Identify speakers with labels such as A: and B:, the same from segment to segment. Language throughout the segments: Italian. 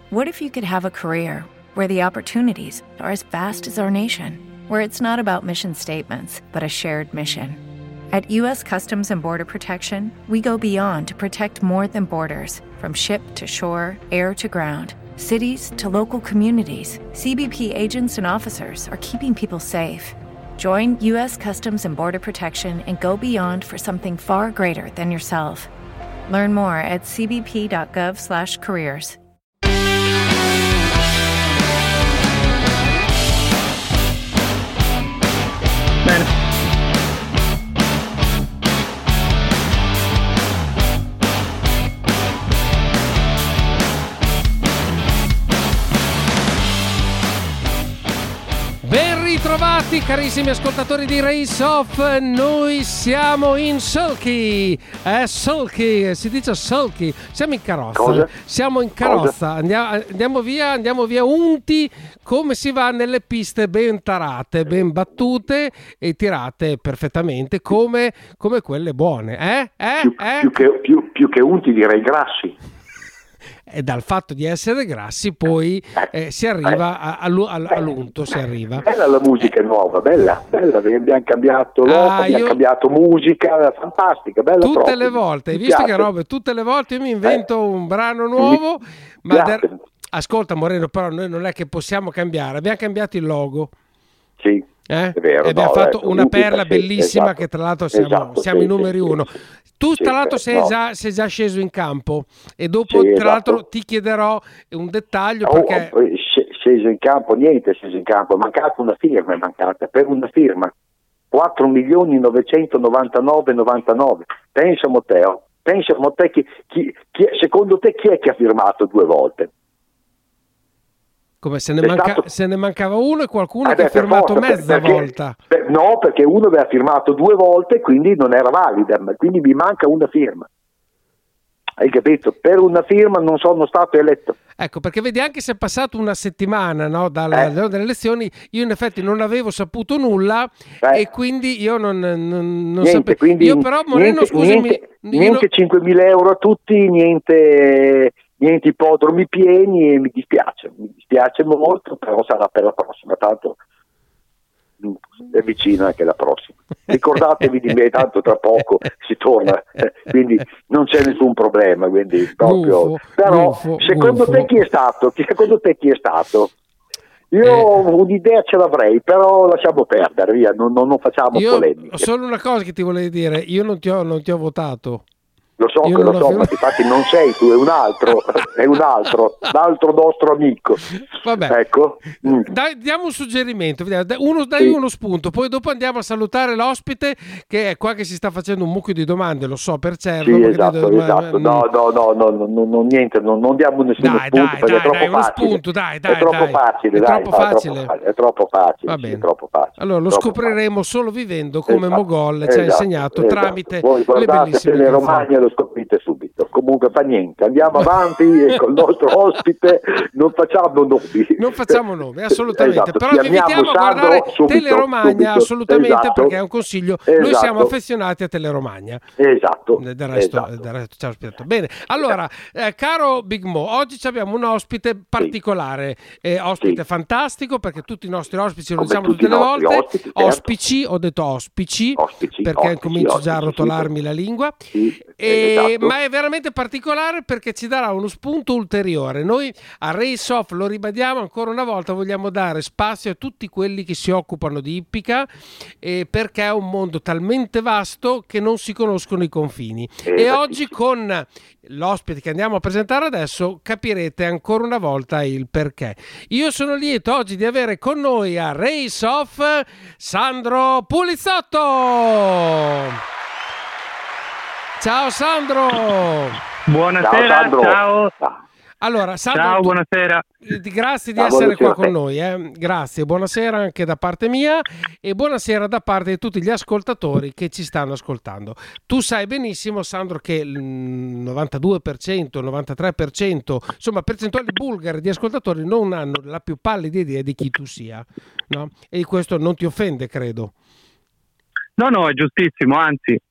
A: What if you could have a career where the opportunities are as vast as our nation, where it's not about mission statements, but a shared mission? At U.S. Customs and Border Protection, we go beyond to protect more than borders. From ship to shore, air to ground, cities to local communities, CBP agents and officers are keeping people safe. Join U.S. Customs and Border Protection and go beyond for something far greater than yourself. Learn more at cbp.gov/careers.
B: Bene. Ben ritrovati carissimi ascoltatori di Race Off, noi siamo in sulky, sulky, si dice sulky, siamo in carrozza.
C: Cosa?
B: Siamo in carrozza, andiamo via unti come si va nelle piste ben tarate, ben battute e tirate perfettamente come quelle buone,
C: Più che unti direi grassi.
B: E dal fatto di essere grassi poi si arriva all'unto, si arriva.
C: Bella la musica nuova, bella, abbiamo cambiato abbiamo cambiato musica, fantastica, bella
B: tutte
C: proprio.
B: le volte, hai
C: Mi
B: visto
C: piace.
B: che robe, tutte le volte io mi invento un brano nuovo, ascolta Moreno, però noi non è che possiamo cambiare, abbiamo cambiato il logo.
C: Sì. È vero,
B: e abbiamo fatto una perla
C: sì,
B: bellissima,
C: esatto,
B: che tra l'altro siamo i numeri uno. Tu
C: sì,
B: tra l'altro sei già sceso in campo e dopo tra l'altro ti chiederò un dettaglio perché
C: sceso in campo, niente sceso in campo, è mancata una firma, per una firma 4.999.99. Pensa Matteo, chi secondo te chi è che ha firmato 2 volte?
B: come se ne mancava uno e qualcuno che ha firmato mezza volta.
C: No, perché uno aveva firmato 2 volte, quindi non era valida, quindi mi manca una firma. Hai capito? Per una firma non sono stato eletto.
B: Ecco, perché vedi, anche se è passata una settimana, no, delle elezioni, io in effetti non avevo saputo nulla e quindi io non sapevo. Io però, Moreno, scusami...
C: Niente 5.000 euro a tutti, niente ippodromi pieni, e mi dispiace molto, però sarà per la prossima, tanto è vicino anche la prossima. Ricordatevi di me, tanto tra poco si torna, quindi non c'è nessun problema, quindi proprio. Però secondo te chi è stato? Io un'idea ce l'avrei, però lasciamo perdere, via, non facciamo polemiche.
B: Solo una cosa che ti volevo dire, io non ti ho votato.
C: Lo so, ma infatti non sei tu, è un altro, l'altro nostro amico.
B: Vabbè,
C: ecco.
B: Diamo un suggerimento, uno spunto, poi dopo andiamo a salutare l'ospite che è qua che si sta facendo un mucchio di domande, lo so per certo.
C: Sì, esatto. No, niente, non diamo nessuno spunto perché è troppo facile. È troppo facile.
B: Va bene.
C: È troppo facile.
B: Allora lo scopriremo solo vivendo, come Mogol ci ha insegnato tramite
C: voi
B: le bellissime
C: le Romagna, lo scoprite subito. Comunque fa niente, andiamo avanti e col nostro ospite non facciamo nomi,
B: assolutamente.
C: Esatto.
B: Però vi invitiamo a guardare Teleromagna, assolutamente,
C: esatto.
B: Perché è un consiglio. Noi siamo affezionati a Teleromagna.
C: Esatto.
B: Del resto ci ha spiegato. Bene, allora, caro Big Mo, oggi abbiamo un ospite particolare, fantastico, perché tutti i nostri ospiti lo diciamo tutte le volte. Ospici, ho detto ospici perché comincio già a rotolarmi la lingua.
C: Esatto.
B: Ma è veramente particolare perché ci darà uno spunto ulteriore. Noi a Race Off, lo ribadiamo ancora una volta, vogliamo dare spazio a tutti quelli che si occupano di ippica, perché è un mondo talmente vasto che non si conoscono i confini. E oggi con l'ospite che andiamo a presentare adesso capirete ancora una volta il perché. Io sono lieto oggi di avere con noi a Race Off Sandro Pulizzotto. Ciao Sandro!
D: Buonasera, ciao!
B: Allora, Sandro,
D: ciao, buonasera!
B: Grazie di essere qua con noi, grazie, buonasera anche da parte mia e buonasera da parte di tutti gli ascoltatori che ci stanno ascoltando. Tu sai benissimo, Sandro, che il 92%, il 93%, insomma percentuali bulgare di ascoltatori non hanno la più pallida idea di chi tu sia, no? E questo non ti offende, credo.
D: No, è giustissimo, anzi,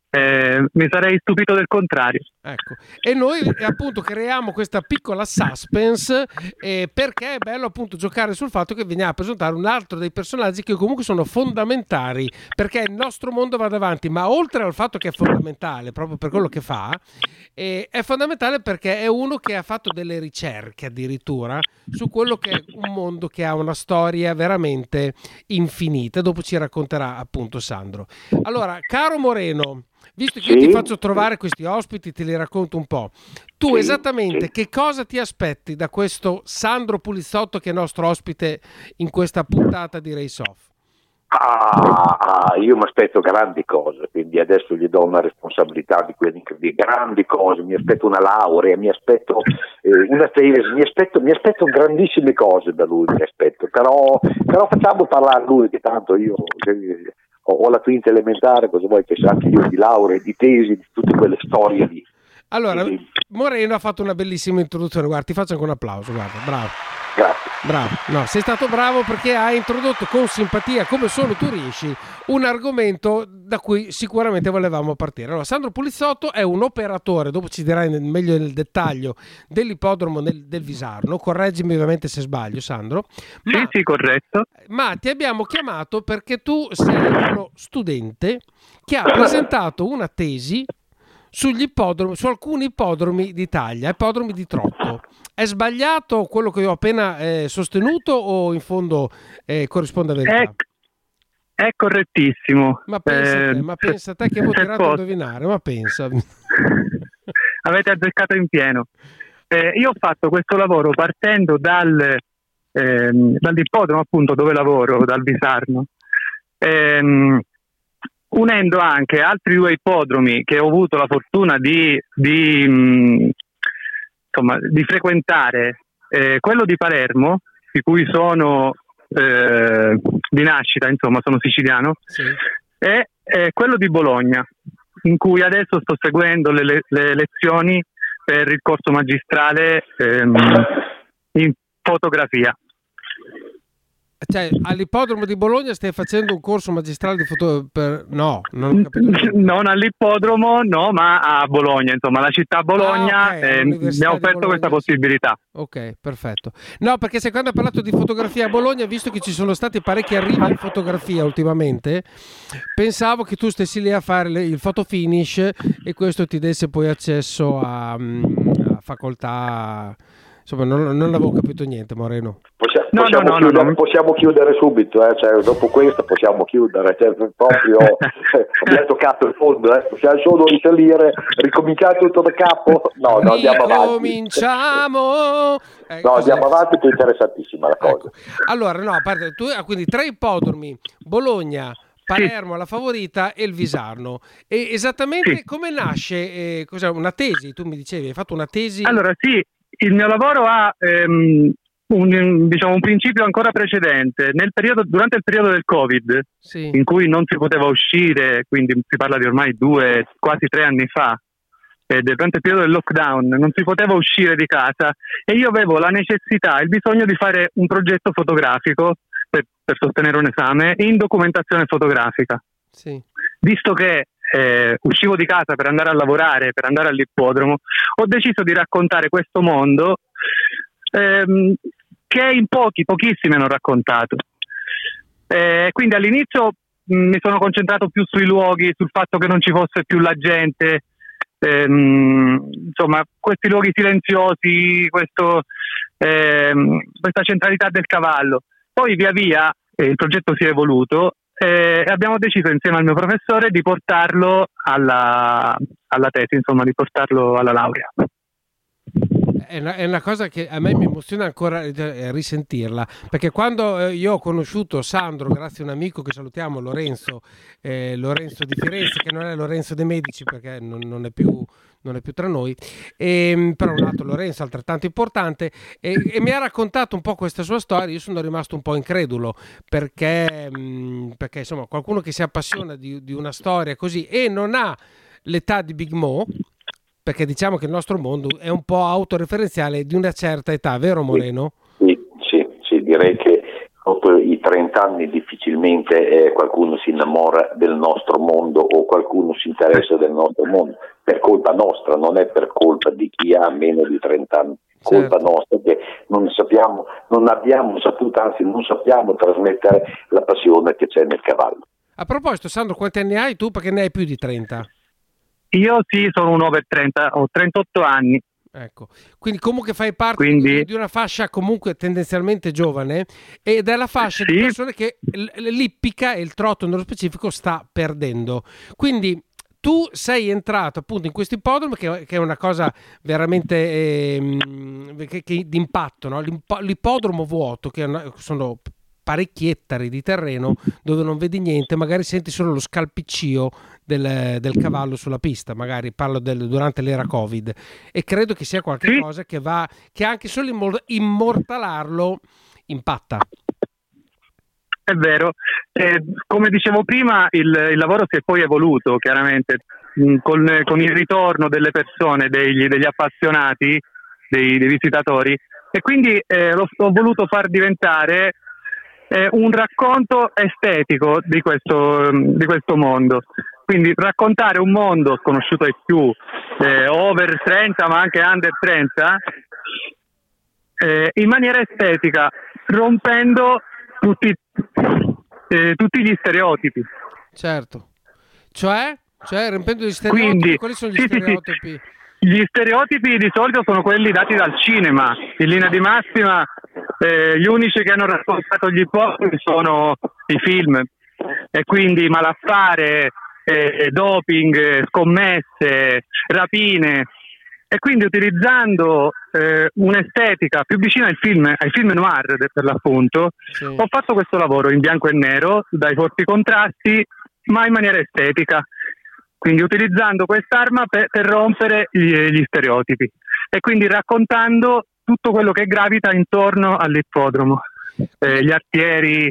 D: mi sarei stupito del contrario.
B: Ecco, e noi appunto creiamo questa piccola suspense perché è bello appunto giocare sul fatto che veniamo a presentare un altro dei personaggi che comunque sono fondamentali perché il nostro mondo vada avanti, ma oltre al fatto che è fondamentale proprio per quello che fa, è fondamentale perché è uno che ha fatto delle ricerche addirittura su quello che è un mondo che ha una storia veramente infinita. Dopo ci racconterà appunto Sandro. Allora, caro Moreno, visto che io ti faccio trovare questi ospiti, te li racconto un po'. Tu esattamente che cosa ti aspetti da questo Sandro Pulizzotto che è nostro ospite in questa puntata di Race Off?
C: Io mi aspetto grandi cose, quindi adesso gli do una responsabilità di grandi cose, mi aspetto una laurea, mi aspetto una tesi, mi aspetto grandissime cose da lui, però facciamo parlare lui, che tanto io ho la quinta elementare, cosa vuoi che sappia io di laurea, di tesi, di tutte quelle storie lì.
B: Allora, Moreno ha fatto una bellissima introduzione, guarda, ti faccio anche un applauso, guarda, bravo.
C: Grazie.
B: Bravo, no, sei stato bravo perché hai introdotto con simpatia, come solo tu riesci, un argomento da cui sicuramente volevamo partire. Allora, Sandro Pulizzotto è un operatore, dopo ci dirai meglio nel dettaglio, dell'ippodromo del Visarno, correggimi ovviamente se sbaglio Sandro.
D: Sì, corretto.
B: Ma ti abbiamo chiamato perché tu sei uno studente che ha presentato una tesi sugli ippodromi, su alcuni ippodromi d'Italia, ippodromi di trotto. È sbagliato quello che ho appena sostenuto o in fondo corrisponde a verità?
D: È correttissimo.
B: Ma pensa te che avevo tirato a indovinare, ma pensa.
D: Avete azzeccato in pieno. Io ho fatto questo lavoro partendo dall'ippodromo appunto dove lavoro, dal Visarno, unendo anche altri due ippodromi che ho avuto la fortuna di frequentare, quello di Palermo, di cui sono di nascita, insomma sono siciliano, sì. E quello di Bologna, in cui adesso sto seguendo le lezioni per il corso magistrale in fotografia.
B: Cioè, all'ippodromo di Bologna stai facendo un corso magistrale di No, non ho capito.
D: Non all'ippodromo, no, ma a Bologna, insomma, la città Bologna mi ha offerto questa possibilità.
B: Ok, perfetto. No, perché se quando hai parlato di fotografia a Bologna, visto che ci sono stati parecchi arrivi in fotografia ultimamente, pensavo che tu stessi lì a fare il photo finish e questo ti desse poi accesso a facoltà. Insomma, non avevo capito niente, Moreno.
C: Possiamo chiudere subito, cioè, dopo questo possiamo chiudere, cioè, proprio abbiamo toccato il fondo, possiamo solo risalire, ricominciare tutto da capo. No, andiamo avanti.
B: Cominciamo.
C: Andiamo avanti, che è interessantissima la cosa.
B: Ecco. Allora, no, a parte tu hai quindi 3 ippodromi, Bologna, Palermo, la Favorita e il Visarno. E esattamente come nasce cos'è una tesi? Tu mi dicevi, hai fatto una tesi?
D: Allora, sì. Il mio lavoro ha un principio ancora precedente. Durante il periodo del Covid, sì, in cui non si poteva uscire, quindi si parla di ormai 2, quasi 3 anni fa, durante il periodo del lockdown non si poteva uscire di casa e io avevo la necessità, il bisogno di fare un progetto fotografico per sostenere un esame in documentazione fotografica. Sì. Visto che uscivo di casa per andare a lavorare, per andare all'ippodromo, ho deciso di raccontare questo mondo che in pochissimi hanno raccontato. Quindi all'inizio mi sono concentrato più sui luoghi, sul fatto che non ci fosse più la gente, insomma questi luoghi silenziosi, questa centralità del cavallo. Poi via via il progetto si è evoluto e abbiamo deciso insieme al mio professore di portarlo alla tesi, insomma di portarlo alla laurea.
B: È una cosa che a me mi emoziona ancora risentirla, perché quando io ho conosciuto Sandro grazie a un amico che salutiamo, Lorenzo di Firenze, che non è Lorenzo dei Medici perché non è più tra noi, però un altro Lorenzo altrettanto importante, e mi ha raccontato un po' questa sua storia. Io sono rimasto un po' incredulo perché insomma qualcuno che si appassiona di una storia così e non ha l'età di Big Mo, perché diciamo che il nostro mondo è un po' autoreferenziale di una certa età, vero Moreno?
C: Sì, direi che dopo i 30 anni difficilmente qualcuno si innamora del nostro mondo o qualcuno si interessa del nostro mondo, per colpa nostra, non è per colpa di chi ha meno di 30 anni, colpa nostra che non abbiamo saputo, anzi non sappiamo trasmettere la passione che c'è nel cavallo.
B: A proposito, Sandro, quanti anni hai tu? Perché ne hai più di 30.
D: Io sì, sono un over 30, ho 38 anni.
B: Ecco, quindi comunque fai parte di una fascia comunque tendenzialmente giovane, ed è la fascia di persone che l'ippica e il trotto nello specifico sta perdendo. Quindi tu sei entrato appunto in questo ippodromo che è una cosa veramente che di impatto, no? L'ippodromo vuoto, che sono parecchi ettari di terreno dove non vedi niente, magari senti solo lo scalpiccio del cavallo sulla pista, magari parlo durante l'era Covid, e credo che sia qualcosa che anche solo immortalarlo impatta.
D: È vero, come dicevo prima il lavoro si è poi evoluto chiaramente con il ritorno delle persone, degli appassionati, dei visitatori, e quindi l'ho voluto far diventare un racconto estetico di questo mondo. Quindi raccontare un mondo sconosciuto ai più, over 30 ma anche under 30, in maniera estetica, rompendo tutti gli stereotipi.
B: Certo. Cioè rompendo gli stereotipi.
D: Quindi,
B: quali sono gli stereotipi?
D: Sì. Gli stereotipi di solito sono quelli dati dal cinema. In linea di massima gli unici che hanno raccontato gli ippodromi sono i film, e quindi malaffare, doping, scommesse, rapine, e quindi utilizzando un'estetica più vicina ai film noir per l'appunto, ho fatto questo lavoro in bianco e nero, dai forti contrasti, ma in maniera estetica, quindi utilizzando quest'arma per rompere gli stereotipi, e quindi raccontando tutto quello che gravita intorno all'ippodromo. Gli artieri,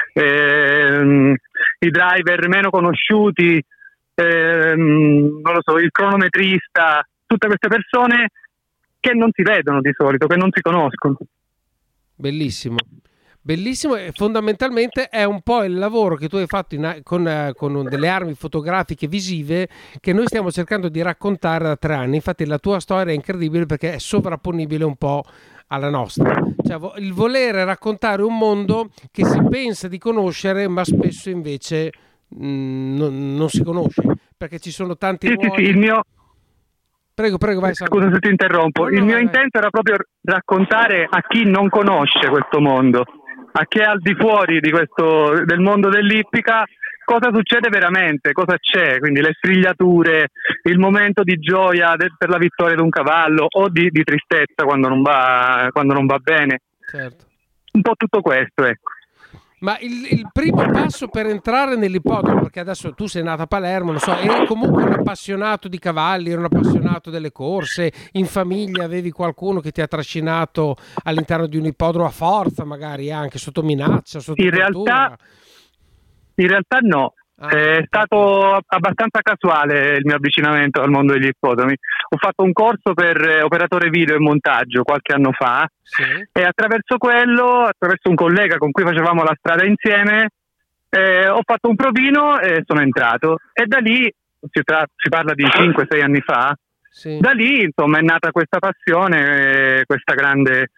D: i driver meno conosciuti, non lo so, il cronometrista, tutte queste persone che non si vedono di solito, che non si conoscono.
B: Bellissimo, e fondamentalmente è un po' il lavoro che tu hai fatto con delle armi fotografiche visive che noi stiamo cercando di raccontare da 3 anni. Infatti la tua storia è incredibile perché è sovrapponibile un po' alla nostra, cioè il volere raccontare un mondo che si pensa di conoscere ma spesso invece non si conosce, perché ci sono tanti ruoli.
D: Il mio...
B: Prego, vai.
D: Scusa se ti interrompo. Il mio intento era proprio raccontare a chi non conosce questo mondo, a chi è al di fuori del mondo dell'ippica, cosa succede veramente, cosa c'è, quindi le strigliature, il momento di gioia per la vittoria di un cavallo, o di tristezza quando non va bene.
B: Certo.
D: Un po' tutto questo, ecco.
B: Ma il primo passo per entrare nell'ippodromo, perché adesso tu sei nato a Palermo, non so, eri comunque un appassionato di cavalli, eri un appassionato delle corse, in famiglia avevi qualcuno che ti ha trascinato all'interno di un ippodromo a forza, magari anche sotto minaccia, sotto tortura?
D: In realtà no. È stato abbastanza casuale il mio avvicinamento al mondo degli ippodromi. Ho fatto un corso per operatore video e montaggio qualche anno fa, e attraverso un collega con cui facevamo la strada insieme, ho fatto un provino e sono entrato, e da lì si parla di 5-6 anni fa. Da lì insomma è nata questa passione, questa grande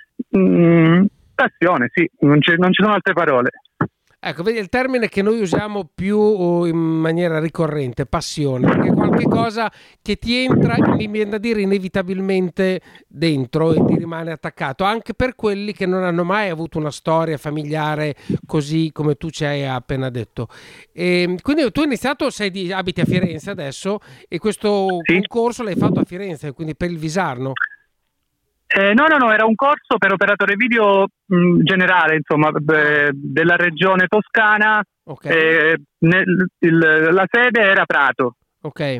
D: passione, sì, non ci sono altre parole.
B: Ecco, vedi il termine che noi usiamo più in maniera ricorrente, passione, perché è qualche cosa che ti entra, mi viene da dire, inevitabilmente dentro e ti rimane attaccato, anche per quelli che non hanno mai avuto una storia familiare così come tu ci hai appena detto. E quindi tu hai iniziato, abiti a Firenze adesso, e questo concorso l'hai fatto a Firenze, quindi per il Visarno.
D: No, era un corso per operatore video generale, insomma, della regione toscana.
B: Okay.
D: La sede era Prato.
B: Ok.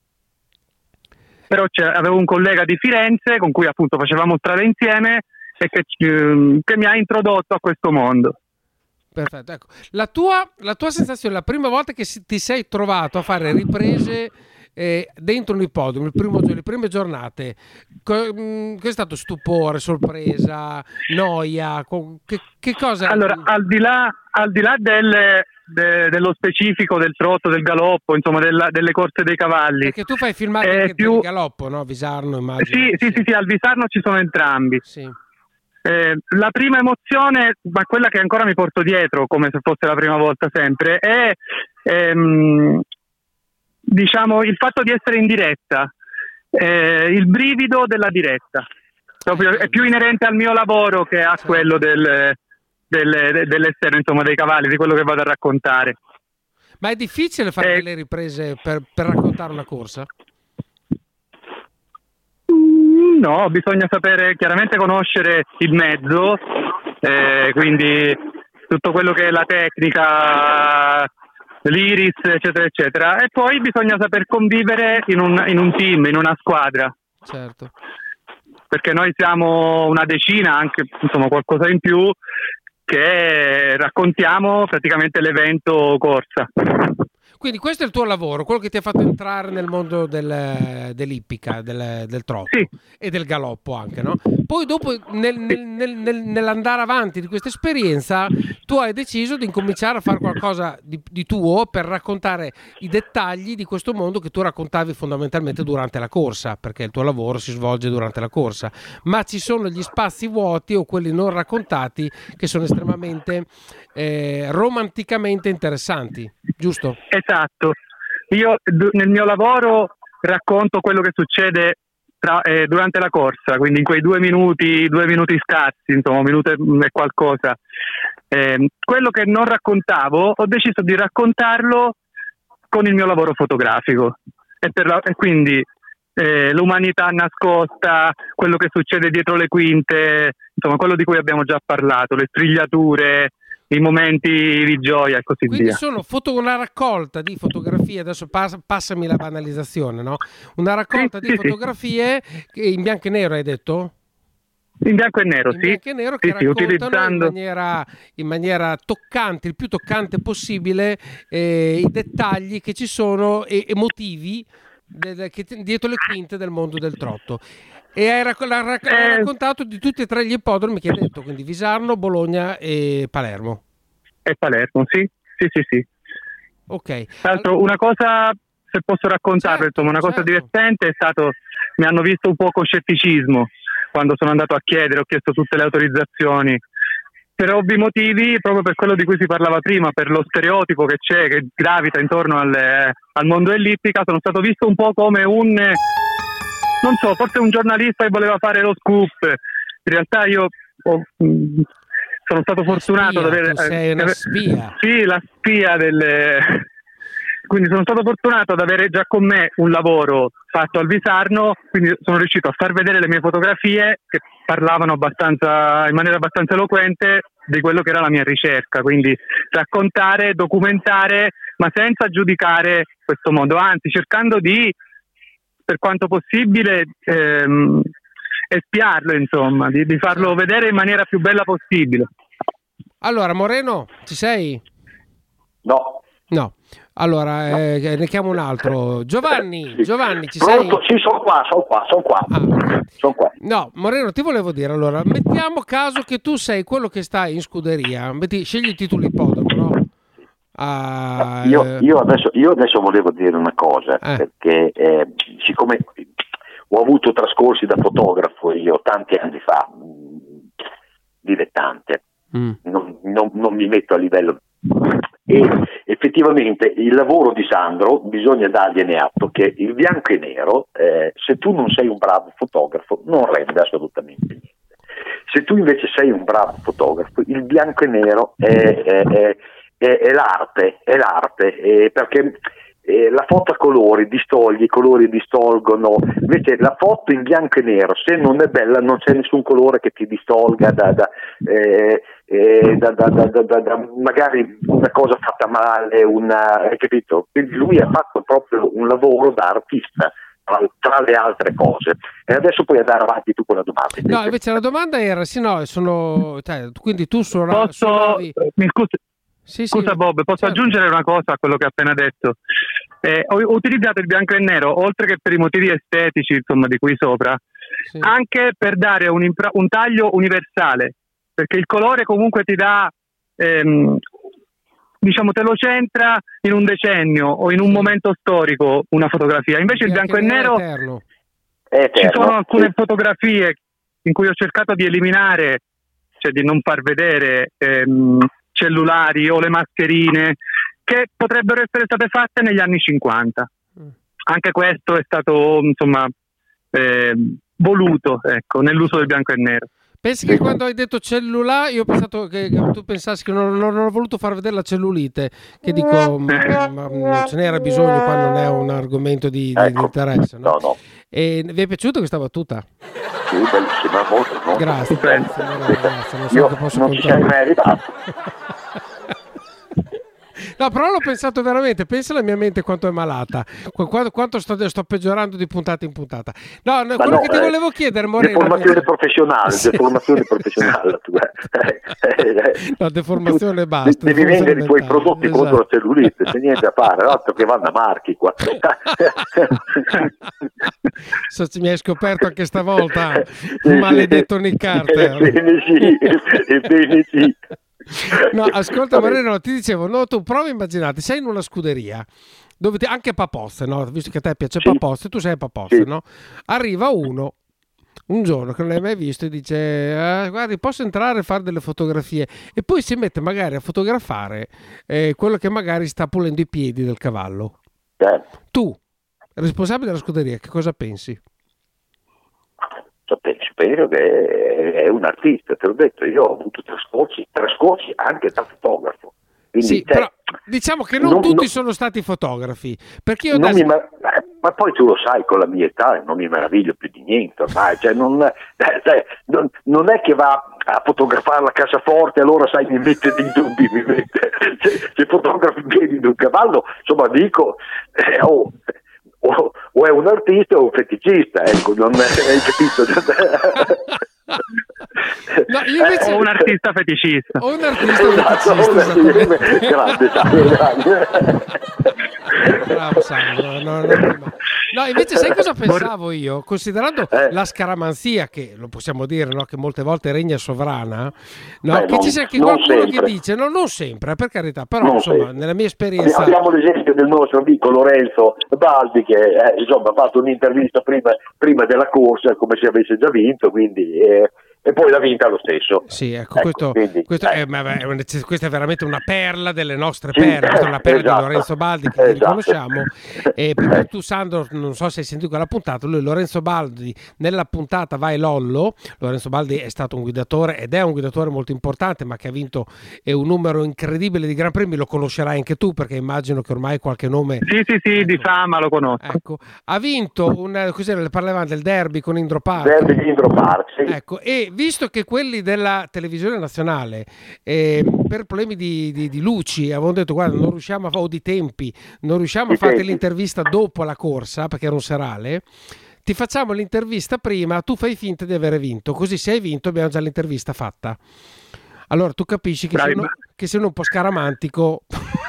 D: Però avevo un collega di Firenze con cui appunto facevamo strada insieme, e che mi ha introdotto a questo mondo.
B: Perfetto, ecco. La tua sensazione, la prima volta che ti sei trovato a fare riprese dentro un ippodromo, le prime giornate, che è stato stupore, sorpresa, noia? Che cosa?
D: Allora, al di là dello specifico del trotto, del galoppo, insomma delle corse dei cavalli.
B: Perché tu fai filmati anche del galoppo, no? Visarno, immagino.
D: Sì, al Visarno ci sono entrambi.
B: Sì.
D: La prima emozione, ma quella che ancora mi porto dietro, come se fosse la prima volta sempre, è diciamo il fatto di essere in diretta, il brivido della diretta. Proprio, è più inerente al mio lavoro che a quello dell'esterno, insomma, dei cavalli, di quello che vado a raccontare.
B: Ma è difficile fare delle riprese per raccontare una corsa?
D: No, bisogna sapere, chiaramente conoscere il mezzo, quindi tutto quello che è la tecnica, l'iris, eccetera, eccetera, e poi bisogna saper convivere in un team, in una squadra.
B: Certo.
D: Perché noi siamo una decina, anche insomma qualcosa in più, che raccontiamo praticamente l'evento corsa.
B: Quindi questo è il tuo lavoro, quello che ti ha fatto entrare nel mondo dell'ippica, del trotto, sì, e del galoppo anche, no? Poi dopo nell'andare avanti di questa esperienza tu hai deciso di incominciare a fare qualcosa di tuo per raccontare i dettagli di questo mondo che tu raccontavi fondamentalmente durante la corsa, perché il tuo lavoro si svolge durante la corsa, ma ci sono gli spazi vuoti o quelli non raccontati che sono estremamente romanticamente interessanti, giusto?
D: Esatto, io nel mio lavoro racconto quello che succede durante la corsa, quindi in quei 2 minuti scarsi, insomma, un minuto e qualcosa. Quello che non raccontavo ho deciso di raccontarlo con il mio lavoro fotografico e quindi l'umanità nascosta, quello che succede dietro le quinte, insomma quello di cui abbiamo già parlato, le strigliature, i momenti di gioia e così
B: via. Quindi sono una raccolta di fotografie, adesso passami la banalizzazione, no? Una raccolta di fotografie che in bianco e nero, hai detto?
D: In bianco e nero,
B: in bianco e nero, che raccontano in maniera toccante, il più toccante possibile, i dettagli che ci sono emotivi dietro le quinte del mondo del trotto. E hai raccontato di tutti e 3 gli ippodromi che hai detto, quindi Visarno, Bologna e Palermo.
D: E Palermo, sì.
B: Ok.
D: Tra l'altro, una cosa, se posso raccontarlo, insomma, una cosa divertente è stato, mi hanno visto un po' con scetticismo quando sono andato a chiedere, ho chiesto tutte le autorizzazioni, per ovvi motivi, proprio per quello di cui si parlava prima, per lo stereotipo che c'è, che gravita intorno al mondo dell'ippica, sono stato visto un po' come non so, forse un giornalista che voleva fare lo scoop. In realtà io sono stato fortunato ad avere...
B: sei una spia.
D: Sì, la spia quindi sono stato fortunato ad avere già con me un lavoro fatto al Visarno, quindi sono riuscito a far vedere le mie fotografie che parlavano in maniera abbastanza eloquente di quello che era la mia ricerca, quindi raccontare, documentare, ma senza giudicare questo mondo, anzi cercando di, per quanto possibile, espiarlo, insomma, di farlo vedere in maniera più bella possibile.
B: Allora, Moreno, ci sei?
C: No.
B: Allora, ne chiamo un altro. Giovanni, ci
C: Pronto?
B: sei?
C: Sì, sono qua.
B: Okay.
C: Sono qua.
B: No, Moreno, ti volevo dire, allora, mettiamo caso che tu sei quello che sta in scuderia, scegli il titolo ippodromo, no?
C: Io adesso volevo dire una cosa, perché siccome ho avuto trascorsi da fotografo io tanti anni fa, dilettante, non mi metto a livello, e effettivamente il lavoro di Sandro bisogna dargliene atto che il bianco e nero, se tu non sei un bravo fotografo, non rende assolutamente niente. Se tu invece sei un bravo fotografo, il bianco e nero è l'arte, perché la foto a colori distoglie, i colori distolgono, invece la foto in bianco e nero, se non è bella, non c'è nessun colore che ti distolga da magari una cosa fatta male, hai capito? Quindi lui ha fatto proprio un lavoro da artista, tra le altre cose. E adesso puoi andare avanti tu con la domanda.
B: No, invece la domanda era, quindi tu suonavi...
D: Scusa Bob, posso aggiungere una cosa a quello che ha appena detto? Ho utilizzato il bianco e nero, oltre che per i motivi estetici, insomma, di cui sopra, anche per dare un taglio universale, perché il colore comunque ti dà, diciamo, te lo centra in un decennio o in un momento storico una fotografia. Invece il bianco e nero
C: è eterno.
D: Ci sono alcune fotografie in cui ho cercato di eliminare, cioè di non far vedere cellulari o le mascherine che potrebbero essere state fatte negli anni 50. Anche questo è stato, insomma, voluto, ecco, nell'uso del bianco e nero.
B: Pensi che quando hai detto cellulare, io ho pensato che tu pensassi che non ho voluto far vedere la cellulite, che dico, ma non ce n'era bisogno qua, non è un argomento di interesse, no?
C: No.
B: E vi è piaciuta questa battuta?
C: Sì, bellissima, molto.
B: Grazie, non so che posso
C: non ci sei mai arrivato.
B: No, però l'ho pensato veramente, pensa alla mia mente quanto è malata, quanto sto peggiorando di puntata in puntata. No, quello che ti volevo chiedere, Moreno...
C: Deformazione professionale.
B: No, deformazione basta.
C: Devi vendere i tuoi prodotti contro la cellulite, c'è niente da fare, altro che vanno a marchi qua.
B: Mi hai scoperto anche stavolta, maledetto Nick Carter.
C: Ebbene sì.
B: No, ascolta Moreno, ti dicevo, no, tu prova a immaginarti, sei in una scuderia dove anche Paposte, no? Visto che a te piace Paposte, tu sei Paposte, no? Arriva uno un giorno che non l'hai mai visto e dice guardi, posso entrare a fare delle fotografie, e poi si mette magari a fotografare quello che magari sta pulendo i piedi del cavallo. Tu, responsabile della scuderia, che cosa pensi?
C: Penso che è un artista, te l'ho detto, io ho avuto trascorsi anche da fotografo. Quindi,
B: sì, però diciamo che non tutti sono stati fotografi, perché io
C: ma poi tu lo sai, con la mia età non mi meraviglio più di niente ormai, cioè non è che va a fotografare la cassaforte, allora sai, mi mette dei dubbi, se fotografi i piedi di un cavallo, insomma dico, o è un artista o un feticista, ecco, non hai capito?
B: No, io invece...
D: o un artista feticista.
B: O un artista feticista.
C: Grande.
B: Bravo Sandro. No, invece sai cosa pensavo io? Considerando la scaramanzia, che lo possiamo dire, no? Che molte volte regna sovrana, no? Che ci sia anche qualcuno che dice, no, non sempre, per carità, però non insomma, sempre. Nella mia esperienza...
C: Abbiamo l'esempio del nostro amico Lorenzo Baldi che insomma, ha fatto un'intervista prima della corsa come se avesse già vinto, quindi... e poi l'ha vinta lo stesso.
B: Sì, ecco, questa è veramente una perla delle nostre perle, questa è una perla di Lorenzo Baldi che riconosciamo. E perché tu, Sandro, non so se hai sentito quella puntata, lui, Lorenzo Baldi, nella puntata Vai Lollo, Lorenzo Baldi è stato un guidatore ed è un guidatore molto importante, ma che ha vinto un numero incredibile di Gran Premi, lo conoscerai anche tu perché immagino che ormai qualche nome...
D: Sì, ecco, di fama lo conosco.
B: Ecco, ha vinto cos'era, parlavamo del derby con Indro Park.
C: Derby di Indro Park, sì.
B: Ecco, e visto che quelli della televisione nazionale per problemi di luci avevano detto guarda non riusciamo o di tempi non riusciamo a fare l'intervista dopo la corsa perché era un serale, ti facciamo l'intervista prima, tu fai finta di aver vinto, così se hai vinto abbiamo già l'intervista fatta. Allora tu capisci che sei un po' scaramantico.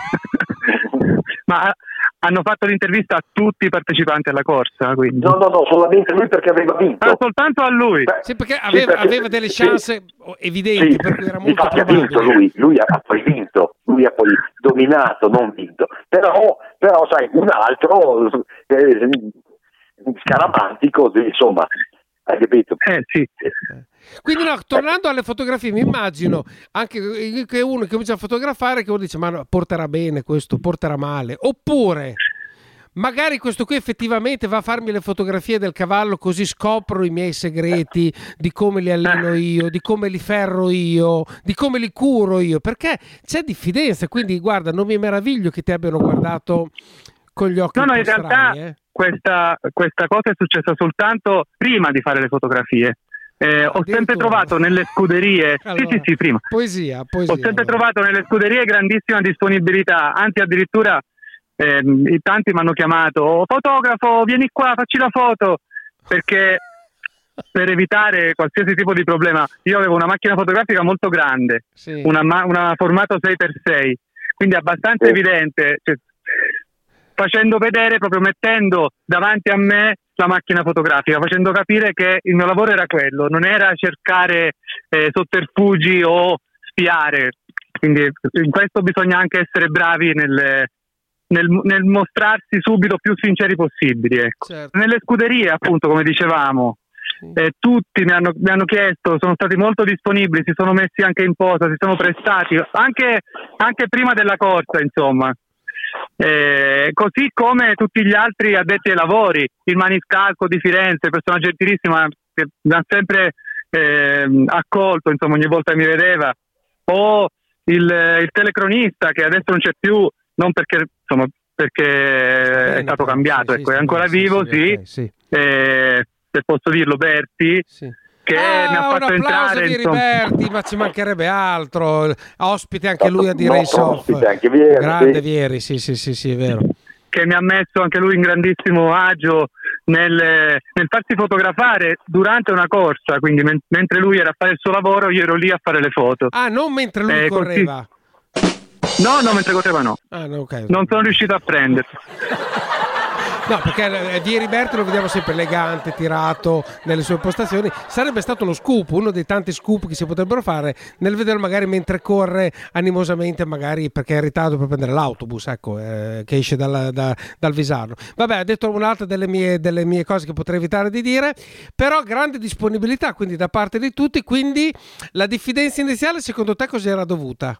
D: Ma hanno fatto l'intervista a tutti i partecipanti alla corsa, quindi.
C: No, solamente lui perché aveva vinto.
D: Soltanto a lui.
B: Sì, perché aveva delle chance evidenti, per cui era molto
C: probabile. Ha vinto lui ha poi vinto, lui ha poi dominato, non vinto. Però sai, un altro scaramantico, insomma, hai capito?
D: Sì.
B: Quindi no, tornando alle fotografie, mi immagino anche che uno che comincia a fotografare che uno dice ma porterà bene questo, porterà male, oppure magari questo qui effettivamente va a farmi le fotografie del cavallo così scopro i miei segreti di come li alleno io, di come li ferro io, di come li curo io, perché c'è diffidenza, quindi guarda, non mi meraviglio che ti abbiano guardato con gli occhi
D: in realtà questa cosa è successa soltanto prima di fare le fotografie. Ho sempre trovato nelle scuderie sì, prima.
B: Poesia.
D: Ho sempre trovato nelle scuderie grandissima disponibilità, anzi addirittura tanti mi hanno chiamato fotografo, vieni qua, facci la foto, perché per evitare qualsiasi tipo di problema. Io avevo una macchina fotografica molto grande, una formato 6x6, quindi abbastanza evidente, facendo vedere, proprio mettendo davanti a me la macchina fotografica, facendo capire che il mio lavoro era quello, non era cercare sotterfugi o spiare. Quindi in questo bisogna anche essere bravi nel mostrarsi subito più sinceri possibili, ecco.
B: Certo.
D: Nelle scuderie, appunto, come dicevamo, tutti mi hanno chiesto, sono stati molto disponibili, si sono messi anche in posa, si sono prestati anche prima della corsa, insomma. Così come tutti gli altri addetti ai lavori, il maniscalco di Firenze, persona gentilissima che mi ha sempre accolto, insomma, ogni volta che mi vedeva, o il telecronista che adesso non c'è più, non perché, insomma, perché è stato cambiato, ecco, è ancora vivo, sì. Se posso dirlo, Berti, che mi ha fatto entrare,
B: di
D: insomma.
B: Berti, ma ci mancherebbe altro, ospite anche lui a Race Off,
C: Vieri,
B: grande Vieri, sì, è vero,
D: che mi ha messo anche lui in grandissimo agio nel farsi fotografare durante una corsa, quindi mentre lui era a fare il suo lavoro, io ero lì a fare le foto.
B: Non mentre lui correva?
D: No, mentre correva no.
B: No, okay.
D: Non sono riuscito a prenderlo.
B: No, perché Vieri Berti lo vediamo sempre elegante, tirato nelle sue postazioni. Sarebbe stato lo scoop, uno dei tanti scoop che si potrebbero fare, nel vederlo magari mentre corre animosamente, magari perché è in ritardo per prendere l'autobus, ecco, che esce dal Visarno. Vabbè, ha detto un'altra delle mie cose che potrei evitare di dire, però grande disponibilità quindi da parte di tutti. Quindi la diffidenza iniziale secondo te cos'era dovuta?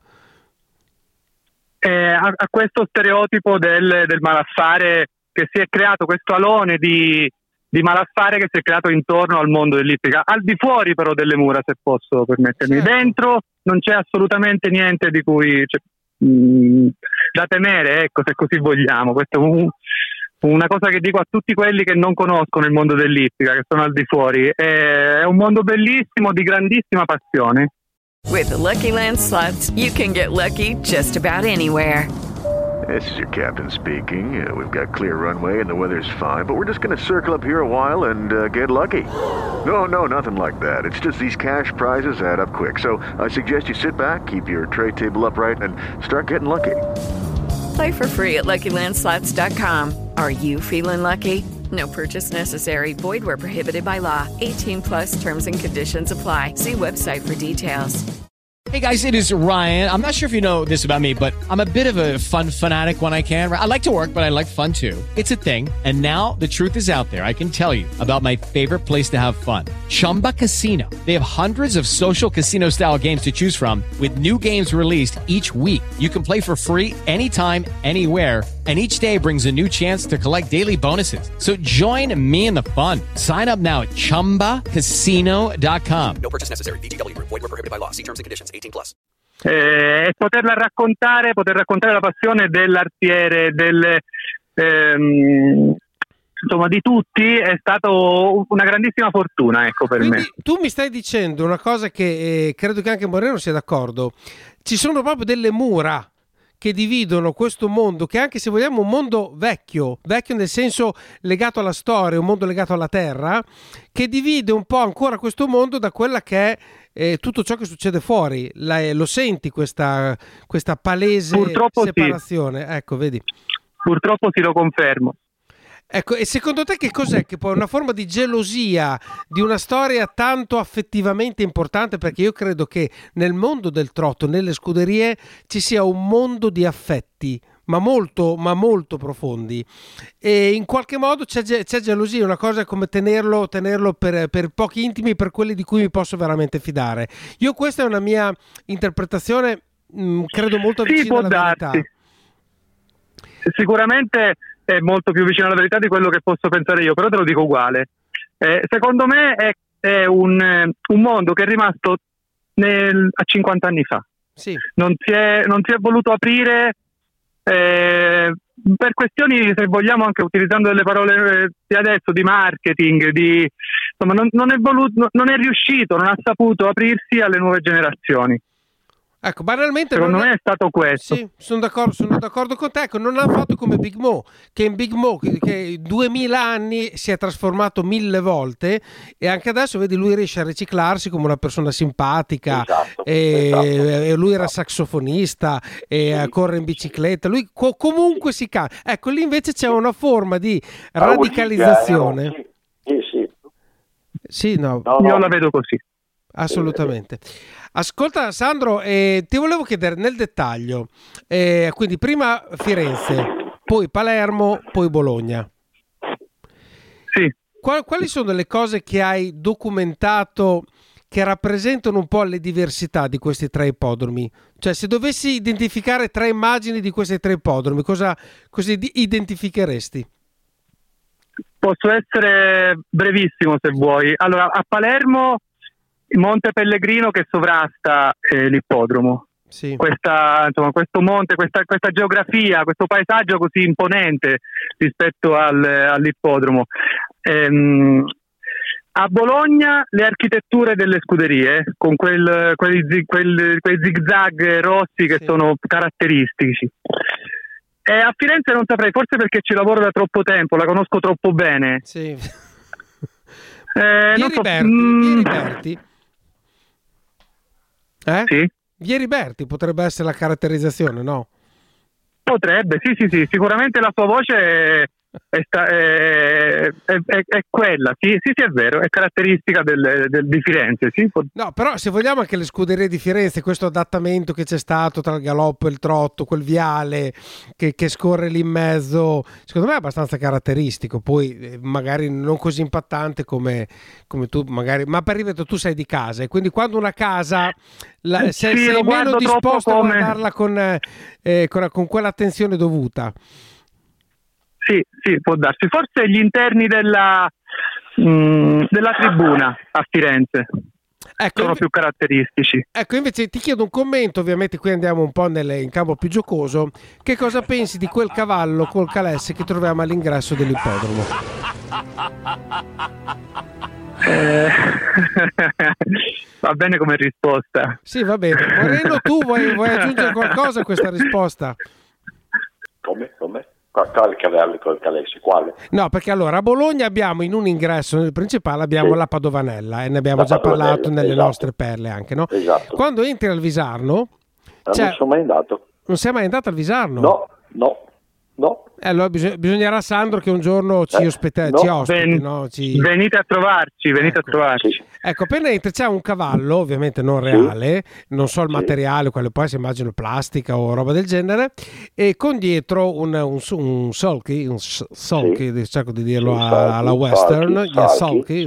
D: A questo stereotipo del malaffare, che si è creato, questo alone di malaffare che si è creato intorno al mondo dell'ippica, al di fuori però delle mura, se posso permettermi. Certo. Dentro non c'è assolutamente niente di cui da temere, ecco, se così vogliamo. Questa è una cosa che dico a tutti quelli che non conoscono il mondo dell'ippica, che sono al di fuori. È un mondo bellissimo, di grandissima passione.
E: With the Lucky Land Slots, you can get lucky just about anywhere.
F: This is your captain speaking. We've got clear runway and the weather's fine, but we're just going to circle up here a while and get lucky. No, nothing like that. It's just these cash prizes add up quick. So I suggest you sit back, keep your tray table upright, and start getting lucky.
E: Play for free at LuckyLandSlots.com. Are you feeling lucky? No purchase necessary. Void where prohibited by law. 18 plus terms and conditions apply. See website for details.
G: Hey guys, it is Ryan. I'm not sure if you know this about me, but I'm a bit of a fun fanatic when I can. I like to work, but I like fun too. It's a thing. And now the truth is out there. I can tell you about my favorite place to have fun. Chumba Casino. They have hundreds of social casino style games to choose from with new games released each week. You can play for free anytime, anywhere. And each day brings a new chance to collect daily bonuses. So join me in the fun. Sign up now at ChumbaCasino.com.
H: No purchase necessary. VGW Group. Void where prohibited by law. See terms and conditions. 18 plus.
D: E poter raccontare la passione dell'artiere, insomma di tutti, è stato una grandissima fortuna, ecco, per
B: Quindi,
D: me.
B: Tu mi stai dicendo una cosa che credo che anche Moreno sia d'accordo. Ci sono proprio delle mura che dividono questo mondo, che anche se vogliamo un mondo vecchio nel senso legato alla storia, un mondo legato alla terra, che divide un po' ancora questo mondo da quella che è tutto ciò che succede fuori. Lo senti questa palese
D: Purtroppo
B: separazione? Sì. Ecco, vedi.
D: Purtroppo sì, lo confermo.
B: Ecco, e secondo te che cos'è che poi una forma di gelosia di una storia tanto affettivamente importante? Perché io credo che nel mondo del trotto, nelle scuderie, ci sia un mondo di affetti, ma molto profondi, e in qualche modo c'è gelosia, una cosa come tenerlo per pochi intimi, per quelli di cui mi posso veramente fidare. Io, questa è una mia interpretazione, credo molto vicina alla verità.
D: Sicuramente è molto più vicino alla verità di quello che posso pensare io, però te lo dico uguale. Secondo me è un mondo che è rimasto a 50 anni fa. Sì. Non si è voluto aprire per questioni, se vogliamo, anche utilizzando delle parole di adesso, di marketing, insomma, non è riuscito, non ha saputo aprirsi alle nuove generazioni.
B: Ecco, banalmente
D: secondo me è stato questo.
B: Sì, sono d'accordo con te. Ecco, non hanno fatto come Big Mo, che in Big Mo che 2000 anni si è trasformato 1000 volte, e anche adesso vedi lui riesce a riciclarsi come una persona simpatica. E lui era saxofonista e corre in bicicletta, lui comunque si cambia. Ecco, lì invece c'è una forma di radicalizzazione. Sì, no.
D: Io la vedo così.
B: Assolutamente. Ascolta Sandro, ti volevo chiedere nel dettaglio, quindi prima Firenze, poi Palermo, poi Bologna.
D: Sì.
B: Quali sono le cose che hai documentato che rappresentano un po' le diversità di questi tre ippodromi? Cioè, se dovessi identificare tre immagini di questi tre ippodromi, cosa identificheresti?
D: Posso essere brevissimo se vuoi. Allora, a Palermo Monte Pellegrino che sovrasta l'ippodromo.
B: Sì.
D: Questo monte, questa geografia, questo paesaggio così imponente rispetto all'ippodromo. A Bologna le architetture delle scuderie con quei zigzag rossi che sono caratteristici. E a Firenze non saprei, forse perché ci lavoro da troppo tempo, la conosco troppo bene.
B: Sì.
D: Riberti. Sì.
B: Via Riberti potrebbe essere la caratterizzazione, no?
D: Potrebbe, sì, sicuramente la sua voce è quella, sì, è vero, è caratteristica di Firenze, sì.
B: No, però se vogliamo anche le scuderie di Firenze, questo adattamento che c'è stato tra il galoppo e il trotto, quel viale che scorre lì in mezzo, secondo me è abbastanza caratteristico, poi magari non così impattante come tu magari, ma per ripeto tu sei di casa e quindi quando una casa sei meno disposto a guardarla con quell'attenzione dovuta.
D: Sì, può darsi. Forse gli interni della tribuna a Firenze sono più caratteristici.
B: Ecco, invece ti chiedo un commento, ovviamente qui andiamo un po' in campo più giocoso. Che cosa pensi di quel cavallo col calesse che troviamo all'ingresso dell'ippodromo?
D: Va bene come risposta.
B: Sì, va bene. Moreno, tu vuoi aggiungere qualcosa a questa risposta?
C: Come? Quale cavallo col calesse? Quale?
B: No, perché allora a Bologna abbiamo in un ingresso nel principale abbiamo la Padovanella e ne abbiamo già parlato nelle nostre perle anche, no?
C: Esatto.
B: Quando entri al Visarno
C: non sono mai andato.
B: Non sei mai andato al Visarno?
C: No.
B: Allora bisognerà Sandro che un giorno ci ospiti, no?
D: Venite a trovarci, a trovarci.
B: Sì. Ecco, appena entri c'è un cavallo, ovviamente non reale, non so il materiale, quale può essere, immagino plastica o roba del genere, e con dietro un sulky, cerco di dirlo alla western, sulky,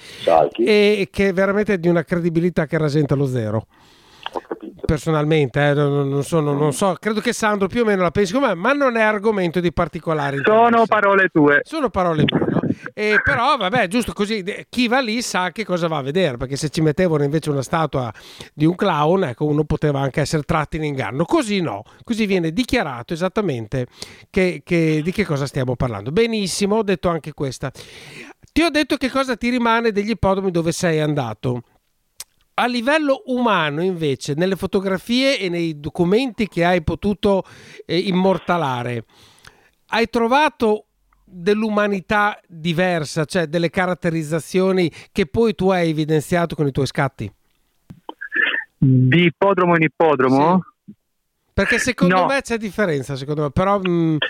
B: e che è veramente di una credibilità che rasenta lo zero. Personalmente non so, credo che Sandro più o meno la pensi come me, ma non è argomento di particolare interesse.
D: Sono parole tue,
B: no? Però vabbè, giusto così chi va lì sa che cosa va a vedere, perché se ci mettevano invece una statua di un clown, ecco, uno poteva anche essere tratto in inganno. Così no, così viene dichiarato esattamente di che cosa stiamo parlando. Benissimo, ho detto anche questa. Ti ho detto che cosa ti rimane degli ippodromi dove sei andato. A livello umano, invece, nelle fotografie e nei documenti che hai potuto immortalare, hai trovato dell'umanità diversa, cioè delle caratterizzazioni che poi tu hai evidenziato con i tuoi scatti?
D: Di ippodromo in ippodromo?
B: Sì. Perché secondo me c'è differenza, però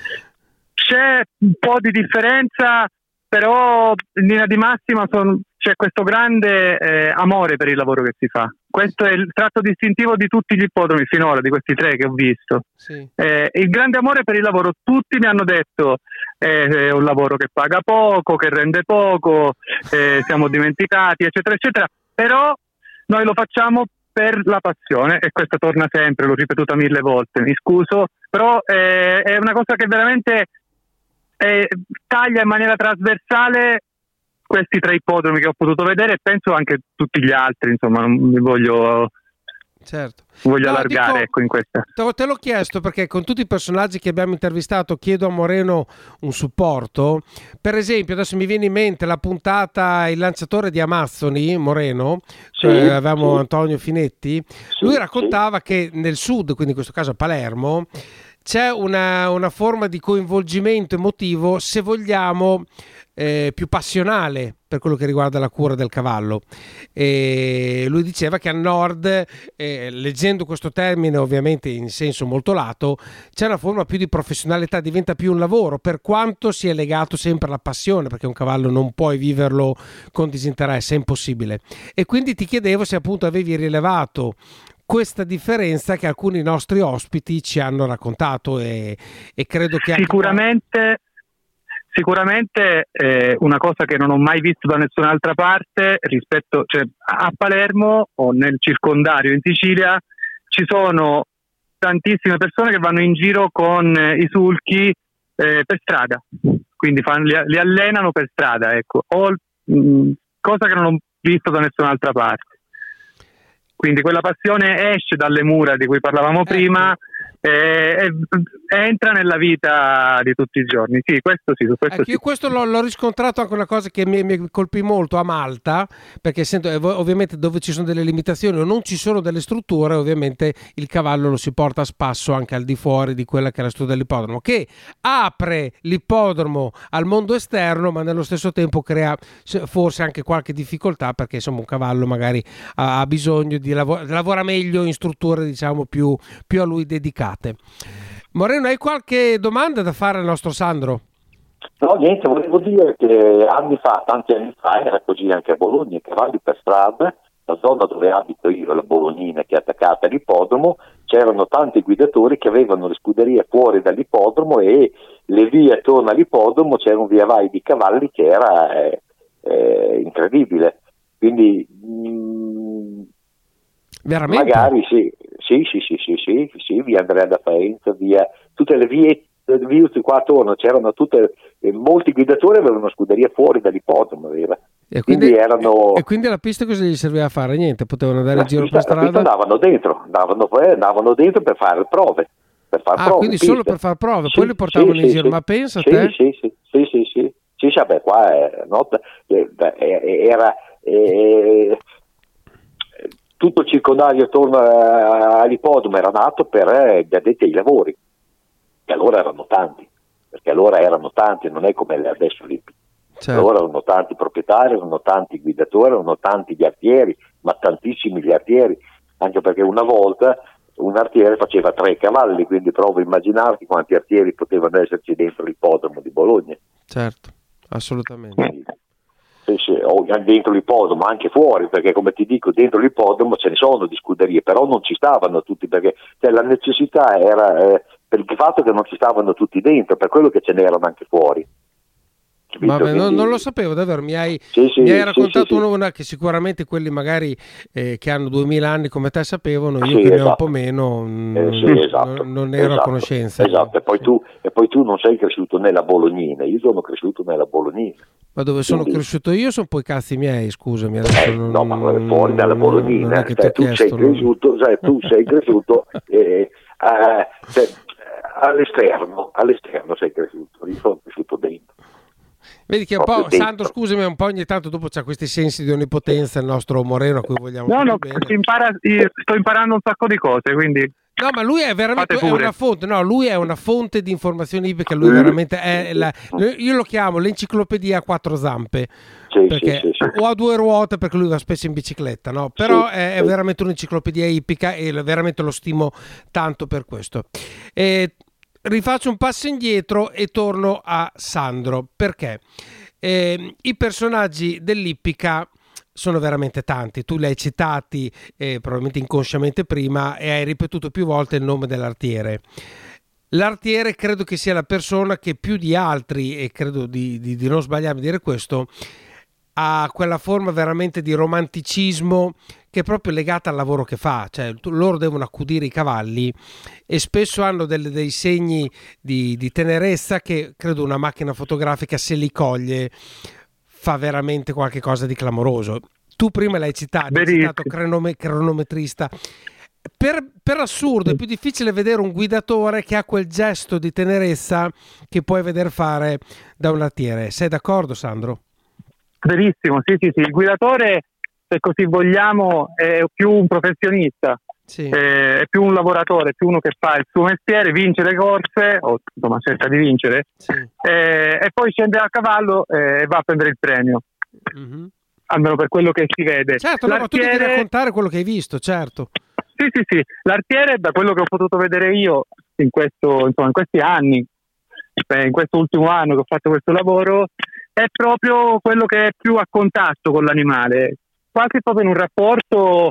D: c'è un po' di differenza, però in linea di massima c'è questo grande amore per il lavoro che si fa. Questo è il tratto distintivo di tutti gli ippodromi finora, di questi tre che ho visto.
B: Sì.
D: Il grande amore per il lavoro. Tutti mi hanno detto è un lavoro che paga poco, che rende poco, siamo dimenticati, eccetera, eccetera. Però noi lo facciamo per la passione, e questo torna sempre, l'ho ripetuta 1000 volte, mi scuso, però è una cosa che veramente taglia in maniera trasversale questi tre ippodromi che ho potuto vedere, e penso anche tutti gli altri, insomma, non mi voglio
B: Certo.
D: Voglio allargare, ecco, in questa.
B: Te l'ho chiesto perché con tutti i personaggi che abbiamo intervistato chiedo a Moreno un supporto. Per esempio, adesso mi viene in mente la puntata Il lanciatore di Amazzoni, Moreno, avevamo Antonio Finetti. Lui raccontava che nel sud, quindi in questo caso a Palermo, c'è una forma di coinvolgimento emotivo, se vogliamo, più passionale per quello che riguarda la cura del cavallo. E lui diceva che a nord, leggendo questo termine ovviamente in senso molto lato, c'è una forma più di professionalità, diventa più un lavoro, per quanto sia legato sempre alla passione, perché un cavallo non puoi viverlo con disinteresse, è impossibile. E quindi ti chiedevo se appunto avevi rilevato questa differenza che alcuni nostri ospiti ci hanno raccontato, e credo che
D: Sicuramente una cosa che non ho mai visto da nessun'altra parte rispetto, cioè, a Palermo o nel circondario in Sicilia ci sono tantissime persone che vanno in giro con i sulchi per strada, quindi li allenano per strada, ecco, cosa che non ho visto da nessun'altra parte. Quindi quella passione esce dalle mura di cui parlavamo prima e entra nella vita di tutti i giorni. Sì, questo sì.
B: Io questo l'ho riscontrato, anche una cosa che mi colpì molto a Malta, perché sento ovviamente dove ci sono delle limitazioni o non ci sono delle strutture, ovviamente il cavallo lo si porta a spasso anche al di fuori di quella che è la struttura dell'ippodromo, che apre l'ippodromo al mondo esterno, ma nello stesso tempo crea forse anche qualche difficoltà, perché insomma un cavallo magari ha bisogno di lavora meglio in strutture, diciamo, più a lui dedicate. Moreno, hai qualche domanda da fare al nostro Sandro?
C: No, niente, volevo dire che tanti anni fa, era così anche a Bologna, i cavalli per strada, la zona dove abito io, la Bolognina, che è attaccata all'ippodromo, c'erano tanti guidatori che avevano le scuderie fuori dall'ippodromo, e le vie attorno all'ippodromo c'era un via vai di cavalli che era incredibile. Quindi
B: veramente?
C: Magari sì, via Andrea da Faenza, via tutte le vie qua attorno, c'erano molti guidatori avevano scuderia fuori dall'ippodromo,
B: e quindi la pista cosa gli serviva a fare? Niente, potevano andare in giro per strada?
C: Andavano dentro per fare prove.
B: Quindi solo per fare prove, poi li portavano in giro, ma pensa a te?
C: Sì, vabbè, qua era tutto il circondario attorno all'ippodromo era nato per gli addetti ai lavori, che allora erano tanti, non è come adesso lì. Certo. Allora erano tanti proprietari, erano tanti guidatori, erano tanti gli artieri, ma tantissimi gli artieri, anche perché una volta un artiere faceva 3 cavalli, quindi provo a immaginarti quanti artieri potevano esserci dentro l'ippodromo di Bologna.
B: Certo, assolutamente.
C: Sì, dentro l'ippodromo, anche fuori, perché come ti dico, dentro l'ippodromo ce ne sono di scuderie, però non ci stavano tutti, perché la necessità era per il fatto che non ci stavano tutti dentro, per quello che ce n'erano anche fuori.
B: Vabbè, non lo sapevo davvero, mi hai raccontato una che sicuramente quelli magari che hanno 2000 anni come te sapevano, io che ne ho un po' meno non ero a conoscenza.
C: Esatto, e poi tu non sei cresciuto nella Bolognina, io sono cresciuto nella Bolognina.
B: Ma dove sono cresciuto io sono poi cazzi miei, scusami.
C: No, ma fuori dalla Bolognina, tu sei cresciuto all'esterno sei cresciuto, io sono cresciuto dentro.
B: Vedi che un po', Sandro, scusami, un po' ogni tanto dopo c'ha questi sensi di onnipotenza il nostro Moreno a cui vogliamo bene.
D: Sto imparando un sacco di cose, quindi
B: no, ma lui è veramente una fonte. No, lui è una fonte di informazioni ippiche. Lui veramente è io lo chiamo l'enciclopedia a 4 zampe. Perché o a 2 ruote, perché lui va spesso in bicicletta, no? Però è veramente un'enciclopedia ippica e veramente lo stimo tanto per questo. Rifaccio un passo indietro e torno a Sandro, perché i personaggi dell'ippica sono veramente tanti. Tu li hai citati probabilmente inconsciamente prima e hai ripetuto più volte il nome dell'artiere. L'artiere credo che sia la persona che più di altri, e credo di non sbagliarmi a dire questo, ha quella forma veramente di romanticismo che è proprio legata al lavoro che fa. Cioè loro devono accudire i cavalli e spesso hanno dei segni di tenerezza che credo una macchina fotografica, se li coglie, fa veramente qualche cosa di clamoroso. Tu prima l'hai citato, hai citato cronometrista. per assurdo è più difficile vedere un guidatore che ha quel gesto di tenerezza che puoi vedere fare da un lattiere. Sei d'accordo, Sandro?
D: Verissimo, sì. Il guidatore, se così vogliamo, è più un professionista,
B: sì.
D: È più un lavoratore, più uno che fa il suo mestiere, vince le corse, o insomma cerca di vincere,
B: sì.
D: E poi scende a cavallo e va a prendere il premio.
B: Mm-hmm.
D: Almeno per quello che si vede.
B: Certo, ma tu devi raccontare quello che hai visto, certo.
D: Sì. L'artiere, da quello che ho potuto vedere io in questi anni, in questo ultimo anno che ho fatto questo lavoro, è proprio quello che è più a contatto con l'animale, quasi proprio in un rapporto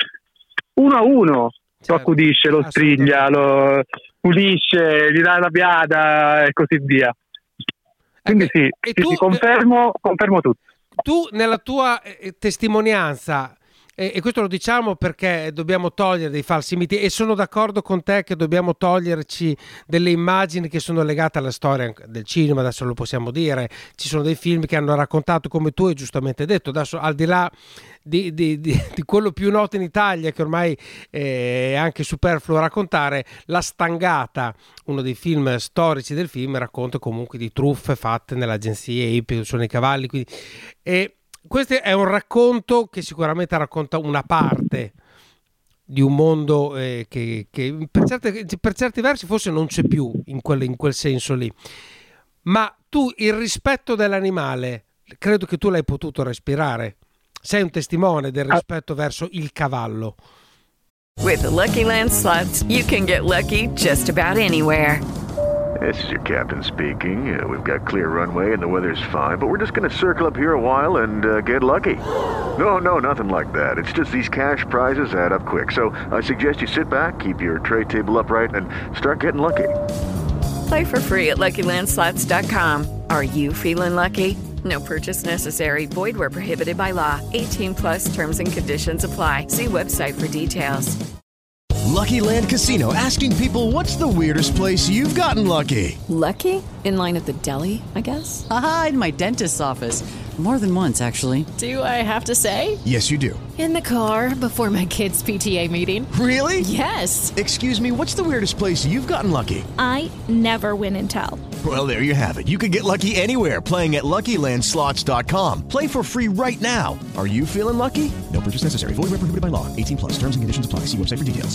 D: uno a uno. Certo, lo accudisce, lo striglia, lo pulisce, gli dà la biada e così via. Quindi sì, confermo tutto.
B: Tu nella tua testimonianza, e questo lo diciamo perché dobbiamo togliere dei falsi miti, e sono d'accordo con te che dobbiamo toglierci delle immagini che sono legate alla storia del cinema, adesso lo possiamo dire, ci sono dei film che hanno raccontato, come tu hai giustamente detto, adesso al di là di quello più noto in Italia, che ormai è anche superfluo raccontare, La Stangata, uno dei film storici del film, racconta comunque di truffe fatte nell'agenzia Ippico, sono i cavalli, quindi, e questo è un racconto che sicuramente racconta una parte di un mondo che per certi versi forse non c'è più in quel senso lì, ma tu il rispetto dell'animale credo che tu l'hai potuto respirare, sei un testimone del rispetto verso il cavallo.
E: With the Lucky Land Slots, you can get lucky just about anywhere.
F: This is your captain speaking. We've got clear runway and the weather's fine, but we're just going to circle up here a while and get lucky. No, nothing like that. It's just these cash prizes add up quick. So I suggest you sit back, keep your tray table upright, and start getting lucky.
E: Play for free at LuckyLandSlots.com. Are you feeling lucky? No purchase necessary. Void where prohibited by law. 18 plus terms and conditions apply. See website for details.
I: Lucky Land Casino, asking people, what's the weirdest place you've gotten lucky?
J: Lucky? In line at the deli, I guess?
K: Aha, in my dentist's office. More than once, actually.
J: Do I have to say?
I: Yes, you do.
J: In the car before my kids' PTA meeting.
I: Really?
J: Yes.
I: Excuse me, what's the weirdest place you've gotten lucky?
L: I never win and tell.
I: Well, there you have it. You can get lucky anywhere, playing at LuckyLandSlots.com. Play for free right now. Are you feeling lucky? No purchase necessary. Void where prohibited by law. 18 plus. Terms and conditions apply. See website for details.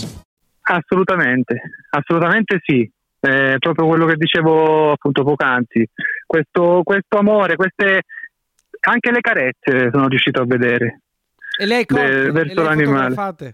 D: Assolutamente sì. Proprio quello che dicevo appunto poc'anzi. Questo amore, anche le carezze sono riuscito a vedere.
B: E lei
D: verso l'animale.
B: Fotografate?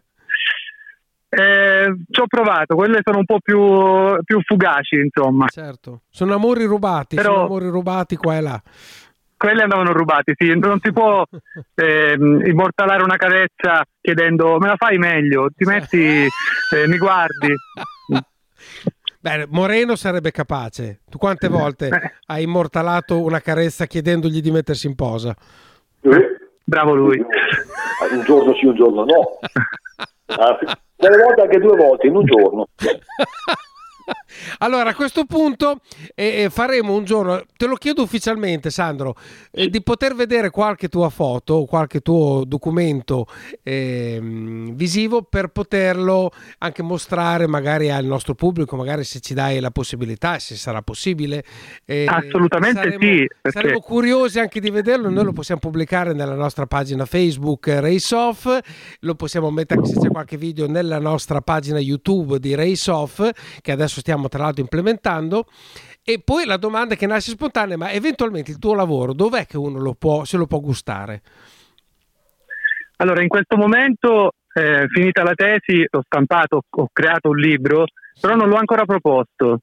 D: Ci ho provato, quelle sono un po' più fugaci, insomma.
B: Certo, sono amori rubati, qua e là.
D: Quelli andavano rubati, sì. Non si può immortalare una carezza chiedendo me la fai meglio, ti metti, mi guardi.
B: Beh, Moreno sarebbe capace. Tu quante volte hai immortalato una carezza chiedendogli di mettersi in posa?
D: Bravo lui.
C: Un giorno sì, un giorno no. Delle volte anche 2 volte in un giorno.
B: Allora, a questo punto faremo un giorno, te lo chiedo ufficialmente, Sandro, di poter vedere qualche tua foto, qualche tuo documento visivo, per poterlo anche mostrare magari al nostro pubblico, magari se ci dai la possibilità, se sarà possibile.
D: Assolutamente sì.
B: Saremo curiosi anche di vederlo. Noi lo possiamo pubblicare nella nostra pagina Facebook Race Off, lo possiamo mettere anche se c'è qualche video nella nostra pagina YouTube di Race Off, che adesso stiamo tra l'altro implementando. E poi la domanda che nasce spontanea: ma eventualmente il tuo lavoro dov'è che uno se lo può gustare?
D: Allora, in questo momento, finita la tesi, ho stampato, ho creato un libro, però non l'ho ancora proposto.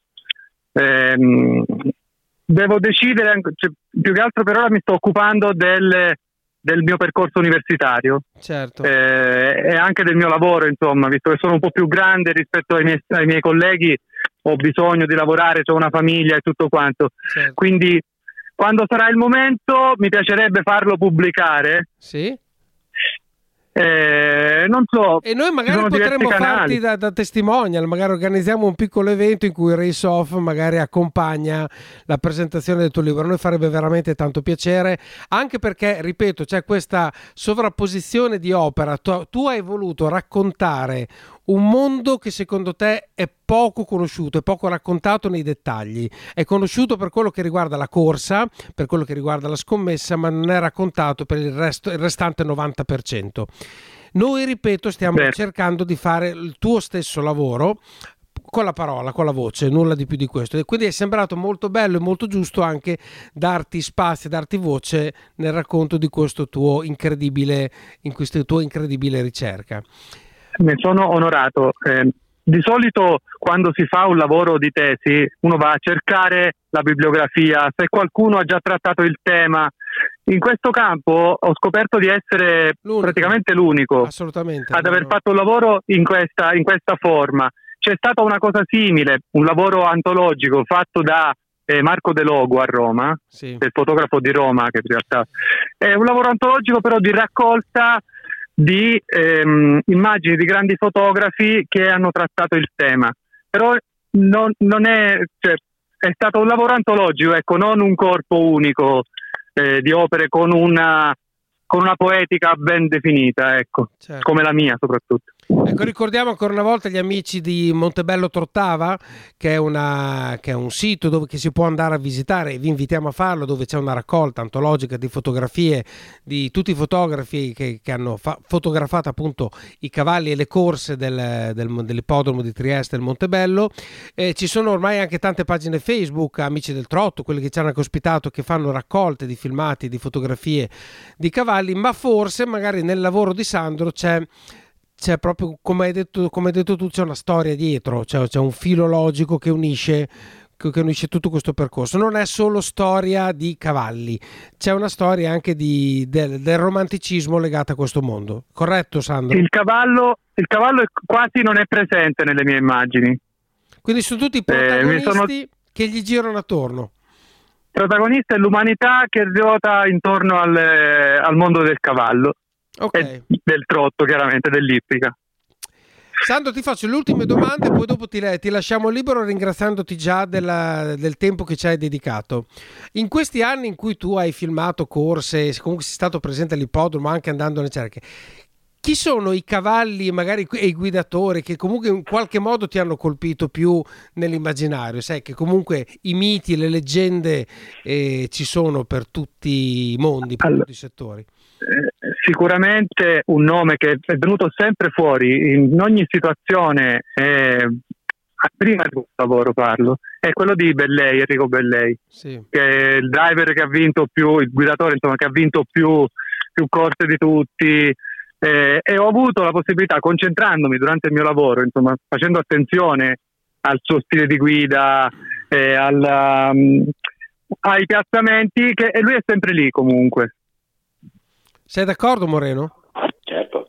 D: Devo decidere, più che altro per ora mi sto occupando del mio percorso universitario,
B: certo,
D: e anche del mio lavoro, insomma, visto che sono un po' più grande rispetto ai miei colleghi, ho bisogno di lavorare, ho una famiglia e tutto quanto,
B: certo.
D: Quindi quando sarà il momento mi piacerebbe farlo pubblicare.
B: Sì.
D: Non so,
B: e noi magari potremmo farti da testimonial, magari organizziamo un piccolo evento in cui Race Off magari accompagna la presentazione del tuo libro. A noi farebbe veramente tanto piacere, anche perché, ripeto, c'è questa sovrapposizione di opera. Tu hai voluto raccontare un mondo che secondo te è poco conosciuto, è poco raccontato nei dettagli, è conosciuto per quello che riguarda la corsa, per quello che riguarda la scommessa, ma non è raccontato per il restante 90%. Noi, ripeto, stiamo cercando di fare il tuo stesso lavoro con la parola, con la voce, nulla di più di questo, e quindi è sembrato molto bello e molto giusto anche darti spazio, darti voce nel racconto di questo tuo incredibile, in questa tua incredibile ricerca.
D: Ne sono onorato. Di solito quando si fa un lavoro di tesi uno va a cercare la bibliografia, se qualcuno ha già trattato il tema. In questo campo ho scoperto di essere praticamente l'unico ad aver fatto un lavoro in questa forma. C'è stata una cosa simile, un lavoro antologico fatto da Marco De Logo a Roma, del fotografo di Roma, che in realtà è un lavoro antologico però di raccolta di immagini di grandi fotografi che hanno trattato il tema. Però non è, cioè, è stato un lavoro antologico, ecco, non un corpo unico di opere con una poetica ben definita, ecco, come la mia soprattutto.
B: Ecco, ricordiamo ancora una volta gli amici di Montebello Trottava, che è un sito dove che si può andare a visitare, e vi invitiamo a farlo, dove c'è una raccolta antologica di fotografie di tutti i fotografi che hanno fotografato appunto i cavalli e le corse dell'ippodromo di Trieste e del Montebello. Ci sono ormai anche tante pagine Facebook, Amici del Trotto, quelli che ci hanno anche ospitato, che fanno raccolte di filmati, di fotografie di cavalli, ma forse magari nel lavoro di Sandro c'è proprio, come hai detto tu, c'è una storia dietro, c'è un filo logico che unisce tutto questo percorso. Non è solo storia di cavalli, c'è una storia anche del romanticismo legata a questo mondo. Corretto, Sandro?
D: Il cavallo quasi non è presente nelle mie immagini.
B: Quindi sono tutti protagonisti che gli girano attorno.
D: Protagonista è l'umanità che ruota intorno al mondo del cavallo.
B: Okay.
D: Del trotto, chiaramente, dell'ippica.
B: Sandro, ti faccio le ultime domande, poi dopo ti lasciamo libero, ringraziandoti già del tempo che ci hai dedicato. In questi anni in cui tu hai filmato corse, comunque sei stato presente all'ippodromo, anche andando alle cerche, chi sono i cavalli magari e i guidatori che comunque in qualche modo ti hanno colpito più nell'immaginario? Sai che comunque i miti, le leggende ci sono per tutti i mondi, per tutti i settori.
D: Sicuramente un nome che è venuto sempre fuori in ogni situazione, prima del lavoro parlo, è quello di Bellei, Enrico Bellei, che è il driver che ha vinto più, il guidatore insomma che ha vinto più corse di tutti, e ho avuto la possibilità, concentrandomi durante il mio lavoro, insomma facendo attenzione al suo stile di guida, ai piazzamenti, che lui è sempre lì comunque.
B: Sei d'accordo, Moreno?
C: Certo,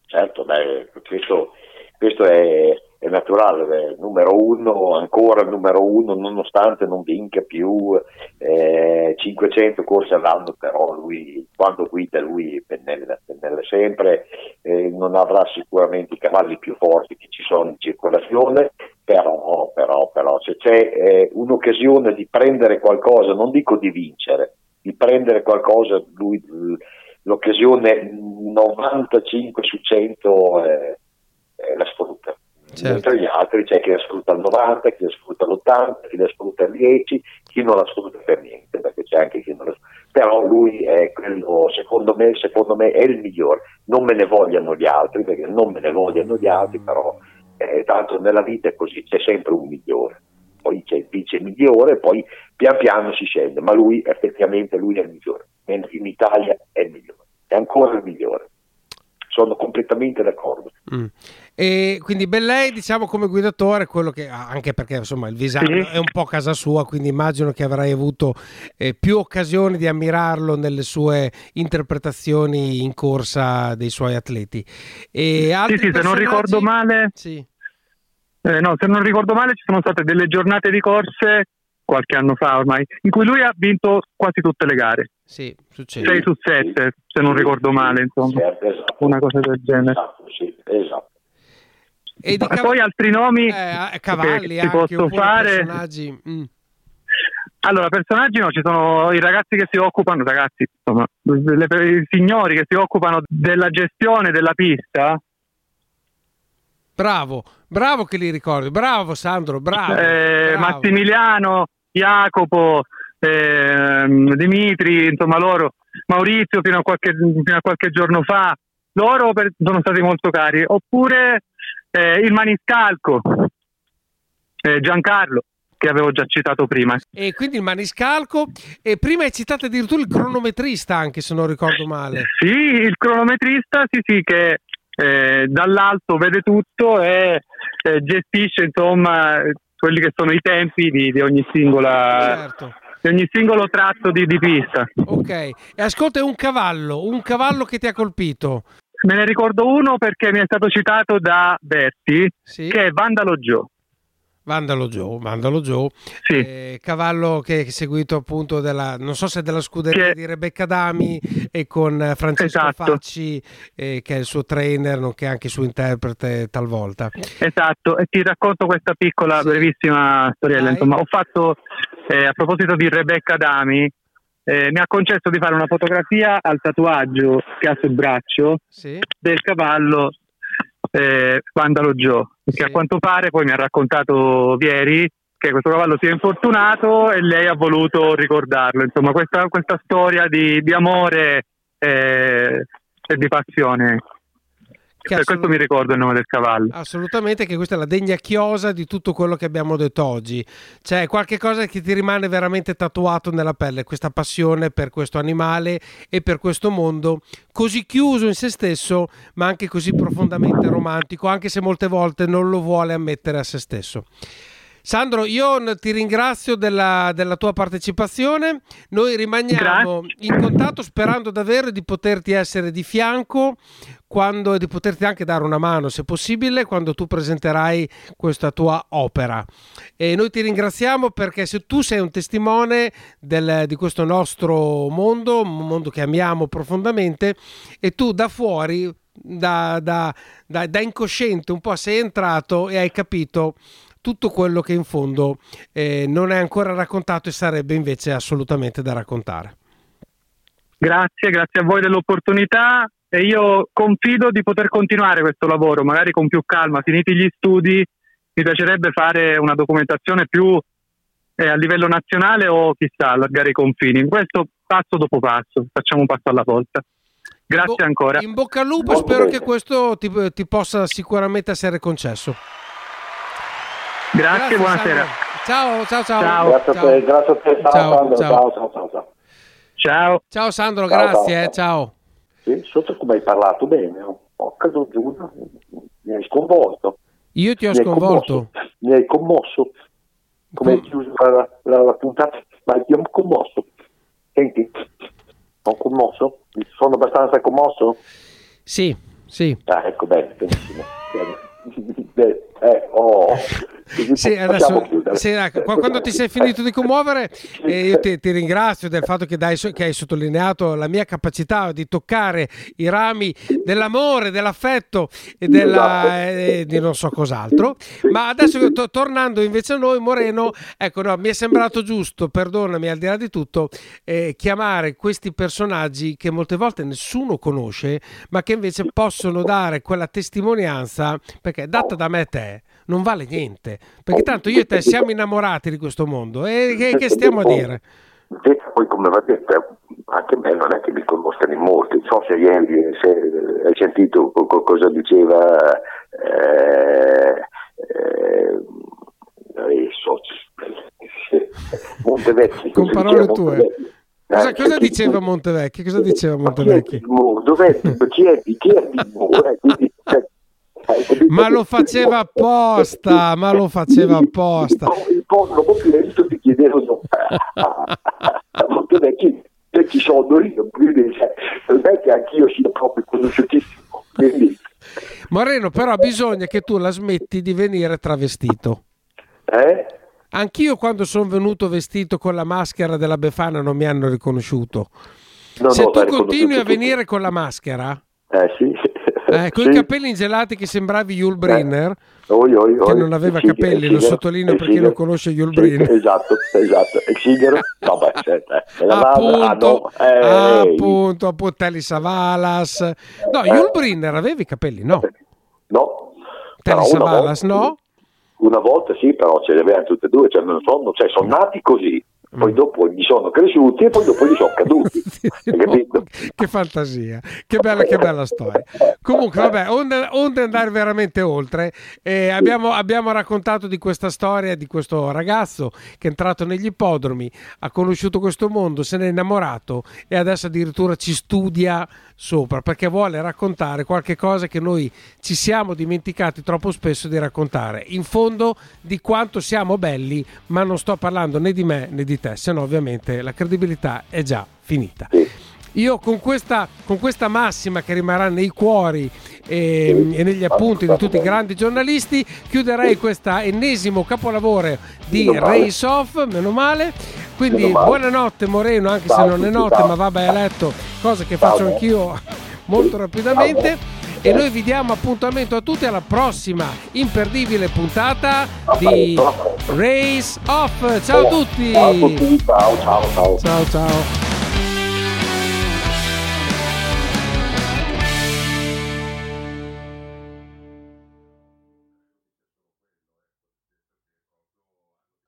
C: questo è naturale, numero uno, nonostante non vinca più 500 corse all'anno, però lui, quando guida, lui pennella sempre, non avrà sicuramente i cavalli più forti che ci sono in circolazione, però se c'è un'occasione di prendere qualcosa, non dico di vincere, di prendere qualcosa, lui l'occasione 95 su 100 la sfrutta. Mentre gli altri c'è chi la sfrutta al 90, chi la sfrutta all'80, chi la sfrutta al 10, chi non la sfrutta per niente, perché c'è anche chi non la sfrutta. Però lui è quello, secondo me è il migliore. Non me ne vogliano gli altri, però tanto nella vita è così, c'è sempre un migliore. Poi c'è il vice migliore, poi pian piano si scende, ma lui effettivamente è il migliore. In Italia è il migliore, è ancora il migliore. Sono completamente d'accordo.
B: E quindi Bellei, diciamo, come guidatore, quello che anche perché insomma il Visano è un po' casa sua, quindi immagino che avrai avuto più occasioni di ammirarlo nelle sue interpretazioni in corsa dei suoi atleti. E altri
D: se non ricordo male, se non ricordo male ci sono state delle giornate di corse qualche anno fa ormai, in cui lui ha vinto quasi tutte le gare.
B: Sì, succede.
D: 6 su 7, se non ricordo male, insomma.
C: Certo, esatto.
D: Una cosa del genere.
C: Esatto.
D: E poi altri nomi
B: cavalli
D: che
B: anche,
D: posso fare.
B: Personaggi.
D: Allora, personaggi no, ci sono i ragazzi che si occupano, i signori che si occupano della gestione della pista.
B: Bravo che li ricordi, bravo Sandro, bravo.
D: Massimiliano, Jacopo, Dimitri, insomma loro, Maurizio fino a qualche giorno fa, loro sono stati molto cari. Oppure il maniscalco, Giancarlo, che avevo già citato prima.
B: E quindi il maniscalco, e prima hai citato addirittura il cronometrista, anche se non ricordo male.
D: Sì, il cronometrista, sì, che dall'alto vede tutto e gestisce insomma quelli che sono i tempi di ogni singola,
B: certo,
D: di ogni singolo tratto di pista.
B: Ok, e ascolta, un cavallo che ti ha colpito.
D: Me ne ricordo uno perché mi è stato citato da Berti,
B: sì,
D: che è Vandalo Joe.
B: Vandalo Joe,
D: sì.
B: Cavallo che è seguito appunto non so se della scuderia di Rebecca Dami, e con Francesco
D: esatto.
B: Facci, che è il suo trainer, nonché anche suo interprete talvolta.
D: Esatto, e ti racconto questa piccola, brevissima storiella. Insomma, ho fatto, a proposito di Rebecca Dami, mi ha concesso di fare una fotografia al tatuaggio che ha sul braccio,
B: sì,
D: del cavallo Vandalo Joe, che a quanto pare poi mi ha raccontato ieri che questo cavallo si è infortunato e lei ha voluto ricordarlo. Insomma, questa storia di amore e di passione. Per questo mi ricordo il nome del cavallo.
B: Assolutamente, che questa è la degna chiosa di tutto quello che abbiamo detto oggi. C'è qualche cosa che ti rimane veramente tatuato nella pelle, questa passione per questo animale e per questo mondo così chiuso in se stesso, ma anche così profondamente romantico, anche se molte volte non lo vuole ammettere a se stesso. Sandro, io ti ringrazio della tua partecipazione. Noi rimaniamo in contatto, sperando davvero di poterti essere di fianco e di poterti anche dare una mano, se possibile, quando tu presenterai questa tua opera. E noi ti ringraziamo perché se tu sei un testimone di questo nostro mondo, un mondo che amiamo profondamente, e tu da fuori, da incosciente un po' sei entrato e hai capito tutto quello che in fondo non è ancora raccontato e sarebbe invece assolutamente da raccontare.
D: Grazie a voi dell'opportunità, e io confido di poter continuare questo lavoro, magari con più calma, finiti gli studi. Mi piacerebbe fare una documentazione più a livello nazionale o chissà allargare i confini. Questo passo dopo passo, facciamo un passo alla volta. Grazie ancora.
B: In bocca al lupo, spero che questo ti possa sicuramente essere concesso.
D: Grazie, buonasera.
B: Ciao.
C: Grazie a te.
B: Ciao Sandro, grazie. Ciao.
C: Sì, sotto come hai parlato bene, porca giù, mi hai sconvolto.
B: Io ti ho sconvolto?
C: Mi hai commosso. Come hai chiuso la puntata, ma ti ho commosso. Senti, ho commosso? Mi sono abbastanza commosso?
B: Sì.
C: Ecco, bene, benissimo.
B: Sì, adesso, quando ti sei finito di commuovere, io ti ringrazio del fatto che hai sottolineato la mia capacità di toccare i rami dell'amore, dell'affetto e di non so cos'altro. Ma adesso tornando invece a noi, Moreno, ecco, no, mi è sembrato giusto, perdonami, al di là di tutto, chiamare questi personaggi che molte volte nessuno conosce, ma che invece possono dare quella testimonianza, perché data da me e te non vale niente, perché tanto io e te siamo innamorati di questo mondo, e che stiamo a dire?
C: Poi, come va detto, anche me non è che mi conoscano in molti. Non so se ieri hai sentito cosa diceva Montevecchi.
B: Con parole tue. Cosa diceva Montevecchi?
C: Chi è di
B: Ma lo faceva apposta.
C: Il povero Montevecchi ti chiedevano a Montevecchi se ci sono io, quindi non è che anch'io sia proprio conosciutissimo. Quindi...
B: Moreno, però bisogna che tu la smetti di venire travestito. Anch'io quando sono venuto vestito con la maschera della Befana non mi hanno riconosciuto. Se tu continui a venire con la maschera,
C: sì.
B: Con i capelli ingelati che sembravi Yul Brynner, che non aveva capelli, lo sottolineo per chi non conosce Yul Brynner.
C: Esatto. E Sigaro?
B: Appunto, Telly Savalas. No, Yul Brynner avevi i capelli, no?
C: No.
B: Telly Savalas no?
C: Una volta sì, però ce le avevano tutte e due, cioè sono nati così. Poi dopo gli sono cresciuti e poi dopo gli sono caduti.
B: Che fantasia, che bella storia. Comunque vabbè, onde andare veramente oltre, abbiamo raccontato di questa storia di questo ragazzo che è entrato negli ippodromi, ha conosciuto questo mondo, se ne è innamorato e adesso addirittura ci studia sopra perché vuole raccontare qualche cosa che noi ci siamo dimenticati troppo spesso di raccontare, in fondo di quanto siamo belli, ma non sto parlando né di me né di te, se no ovviamente la credibilità è già finita. Io con questa massima che rimarrà nei cuori e negli appunti di tutti i grandi giornalisti chiuderei questa ennesimo capolavoro di Race Off, meno male. Quindi buonanotte Moreno, anche se non è notte, ma vabbè a letto, cosa che faccio anch'io molto rapidamente. E noi vi diamo appuntamento a tutti alla prossima imperdibile puntata di Race Off. Ciao a tutti.
C: Ciao.
B: Ciao.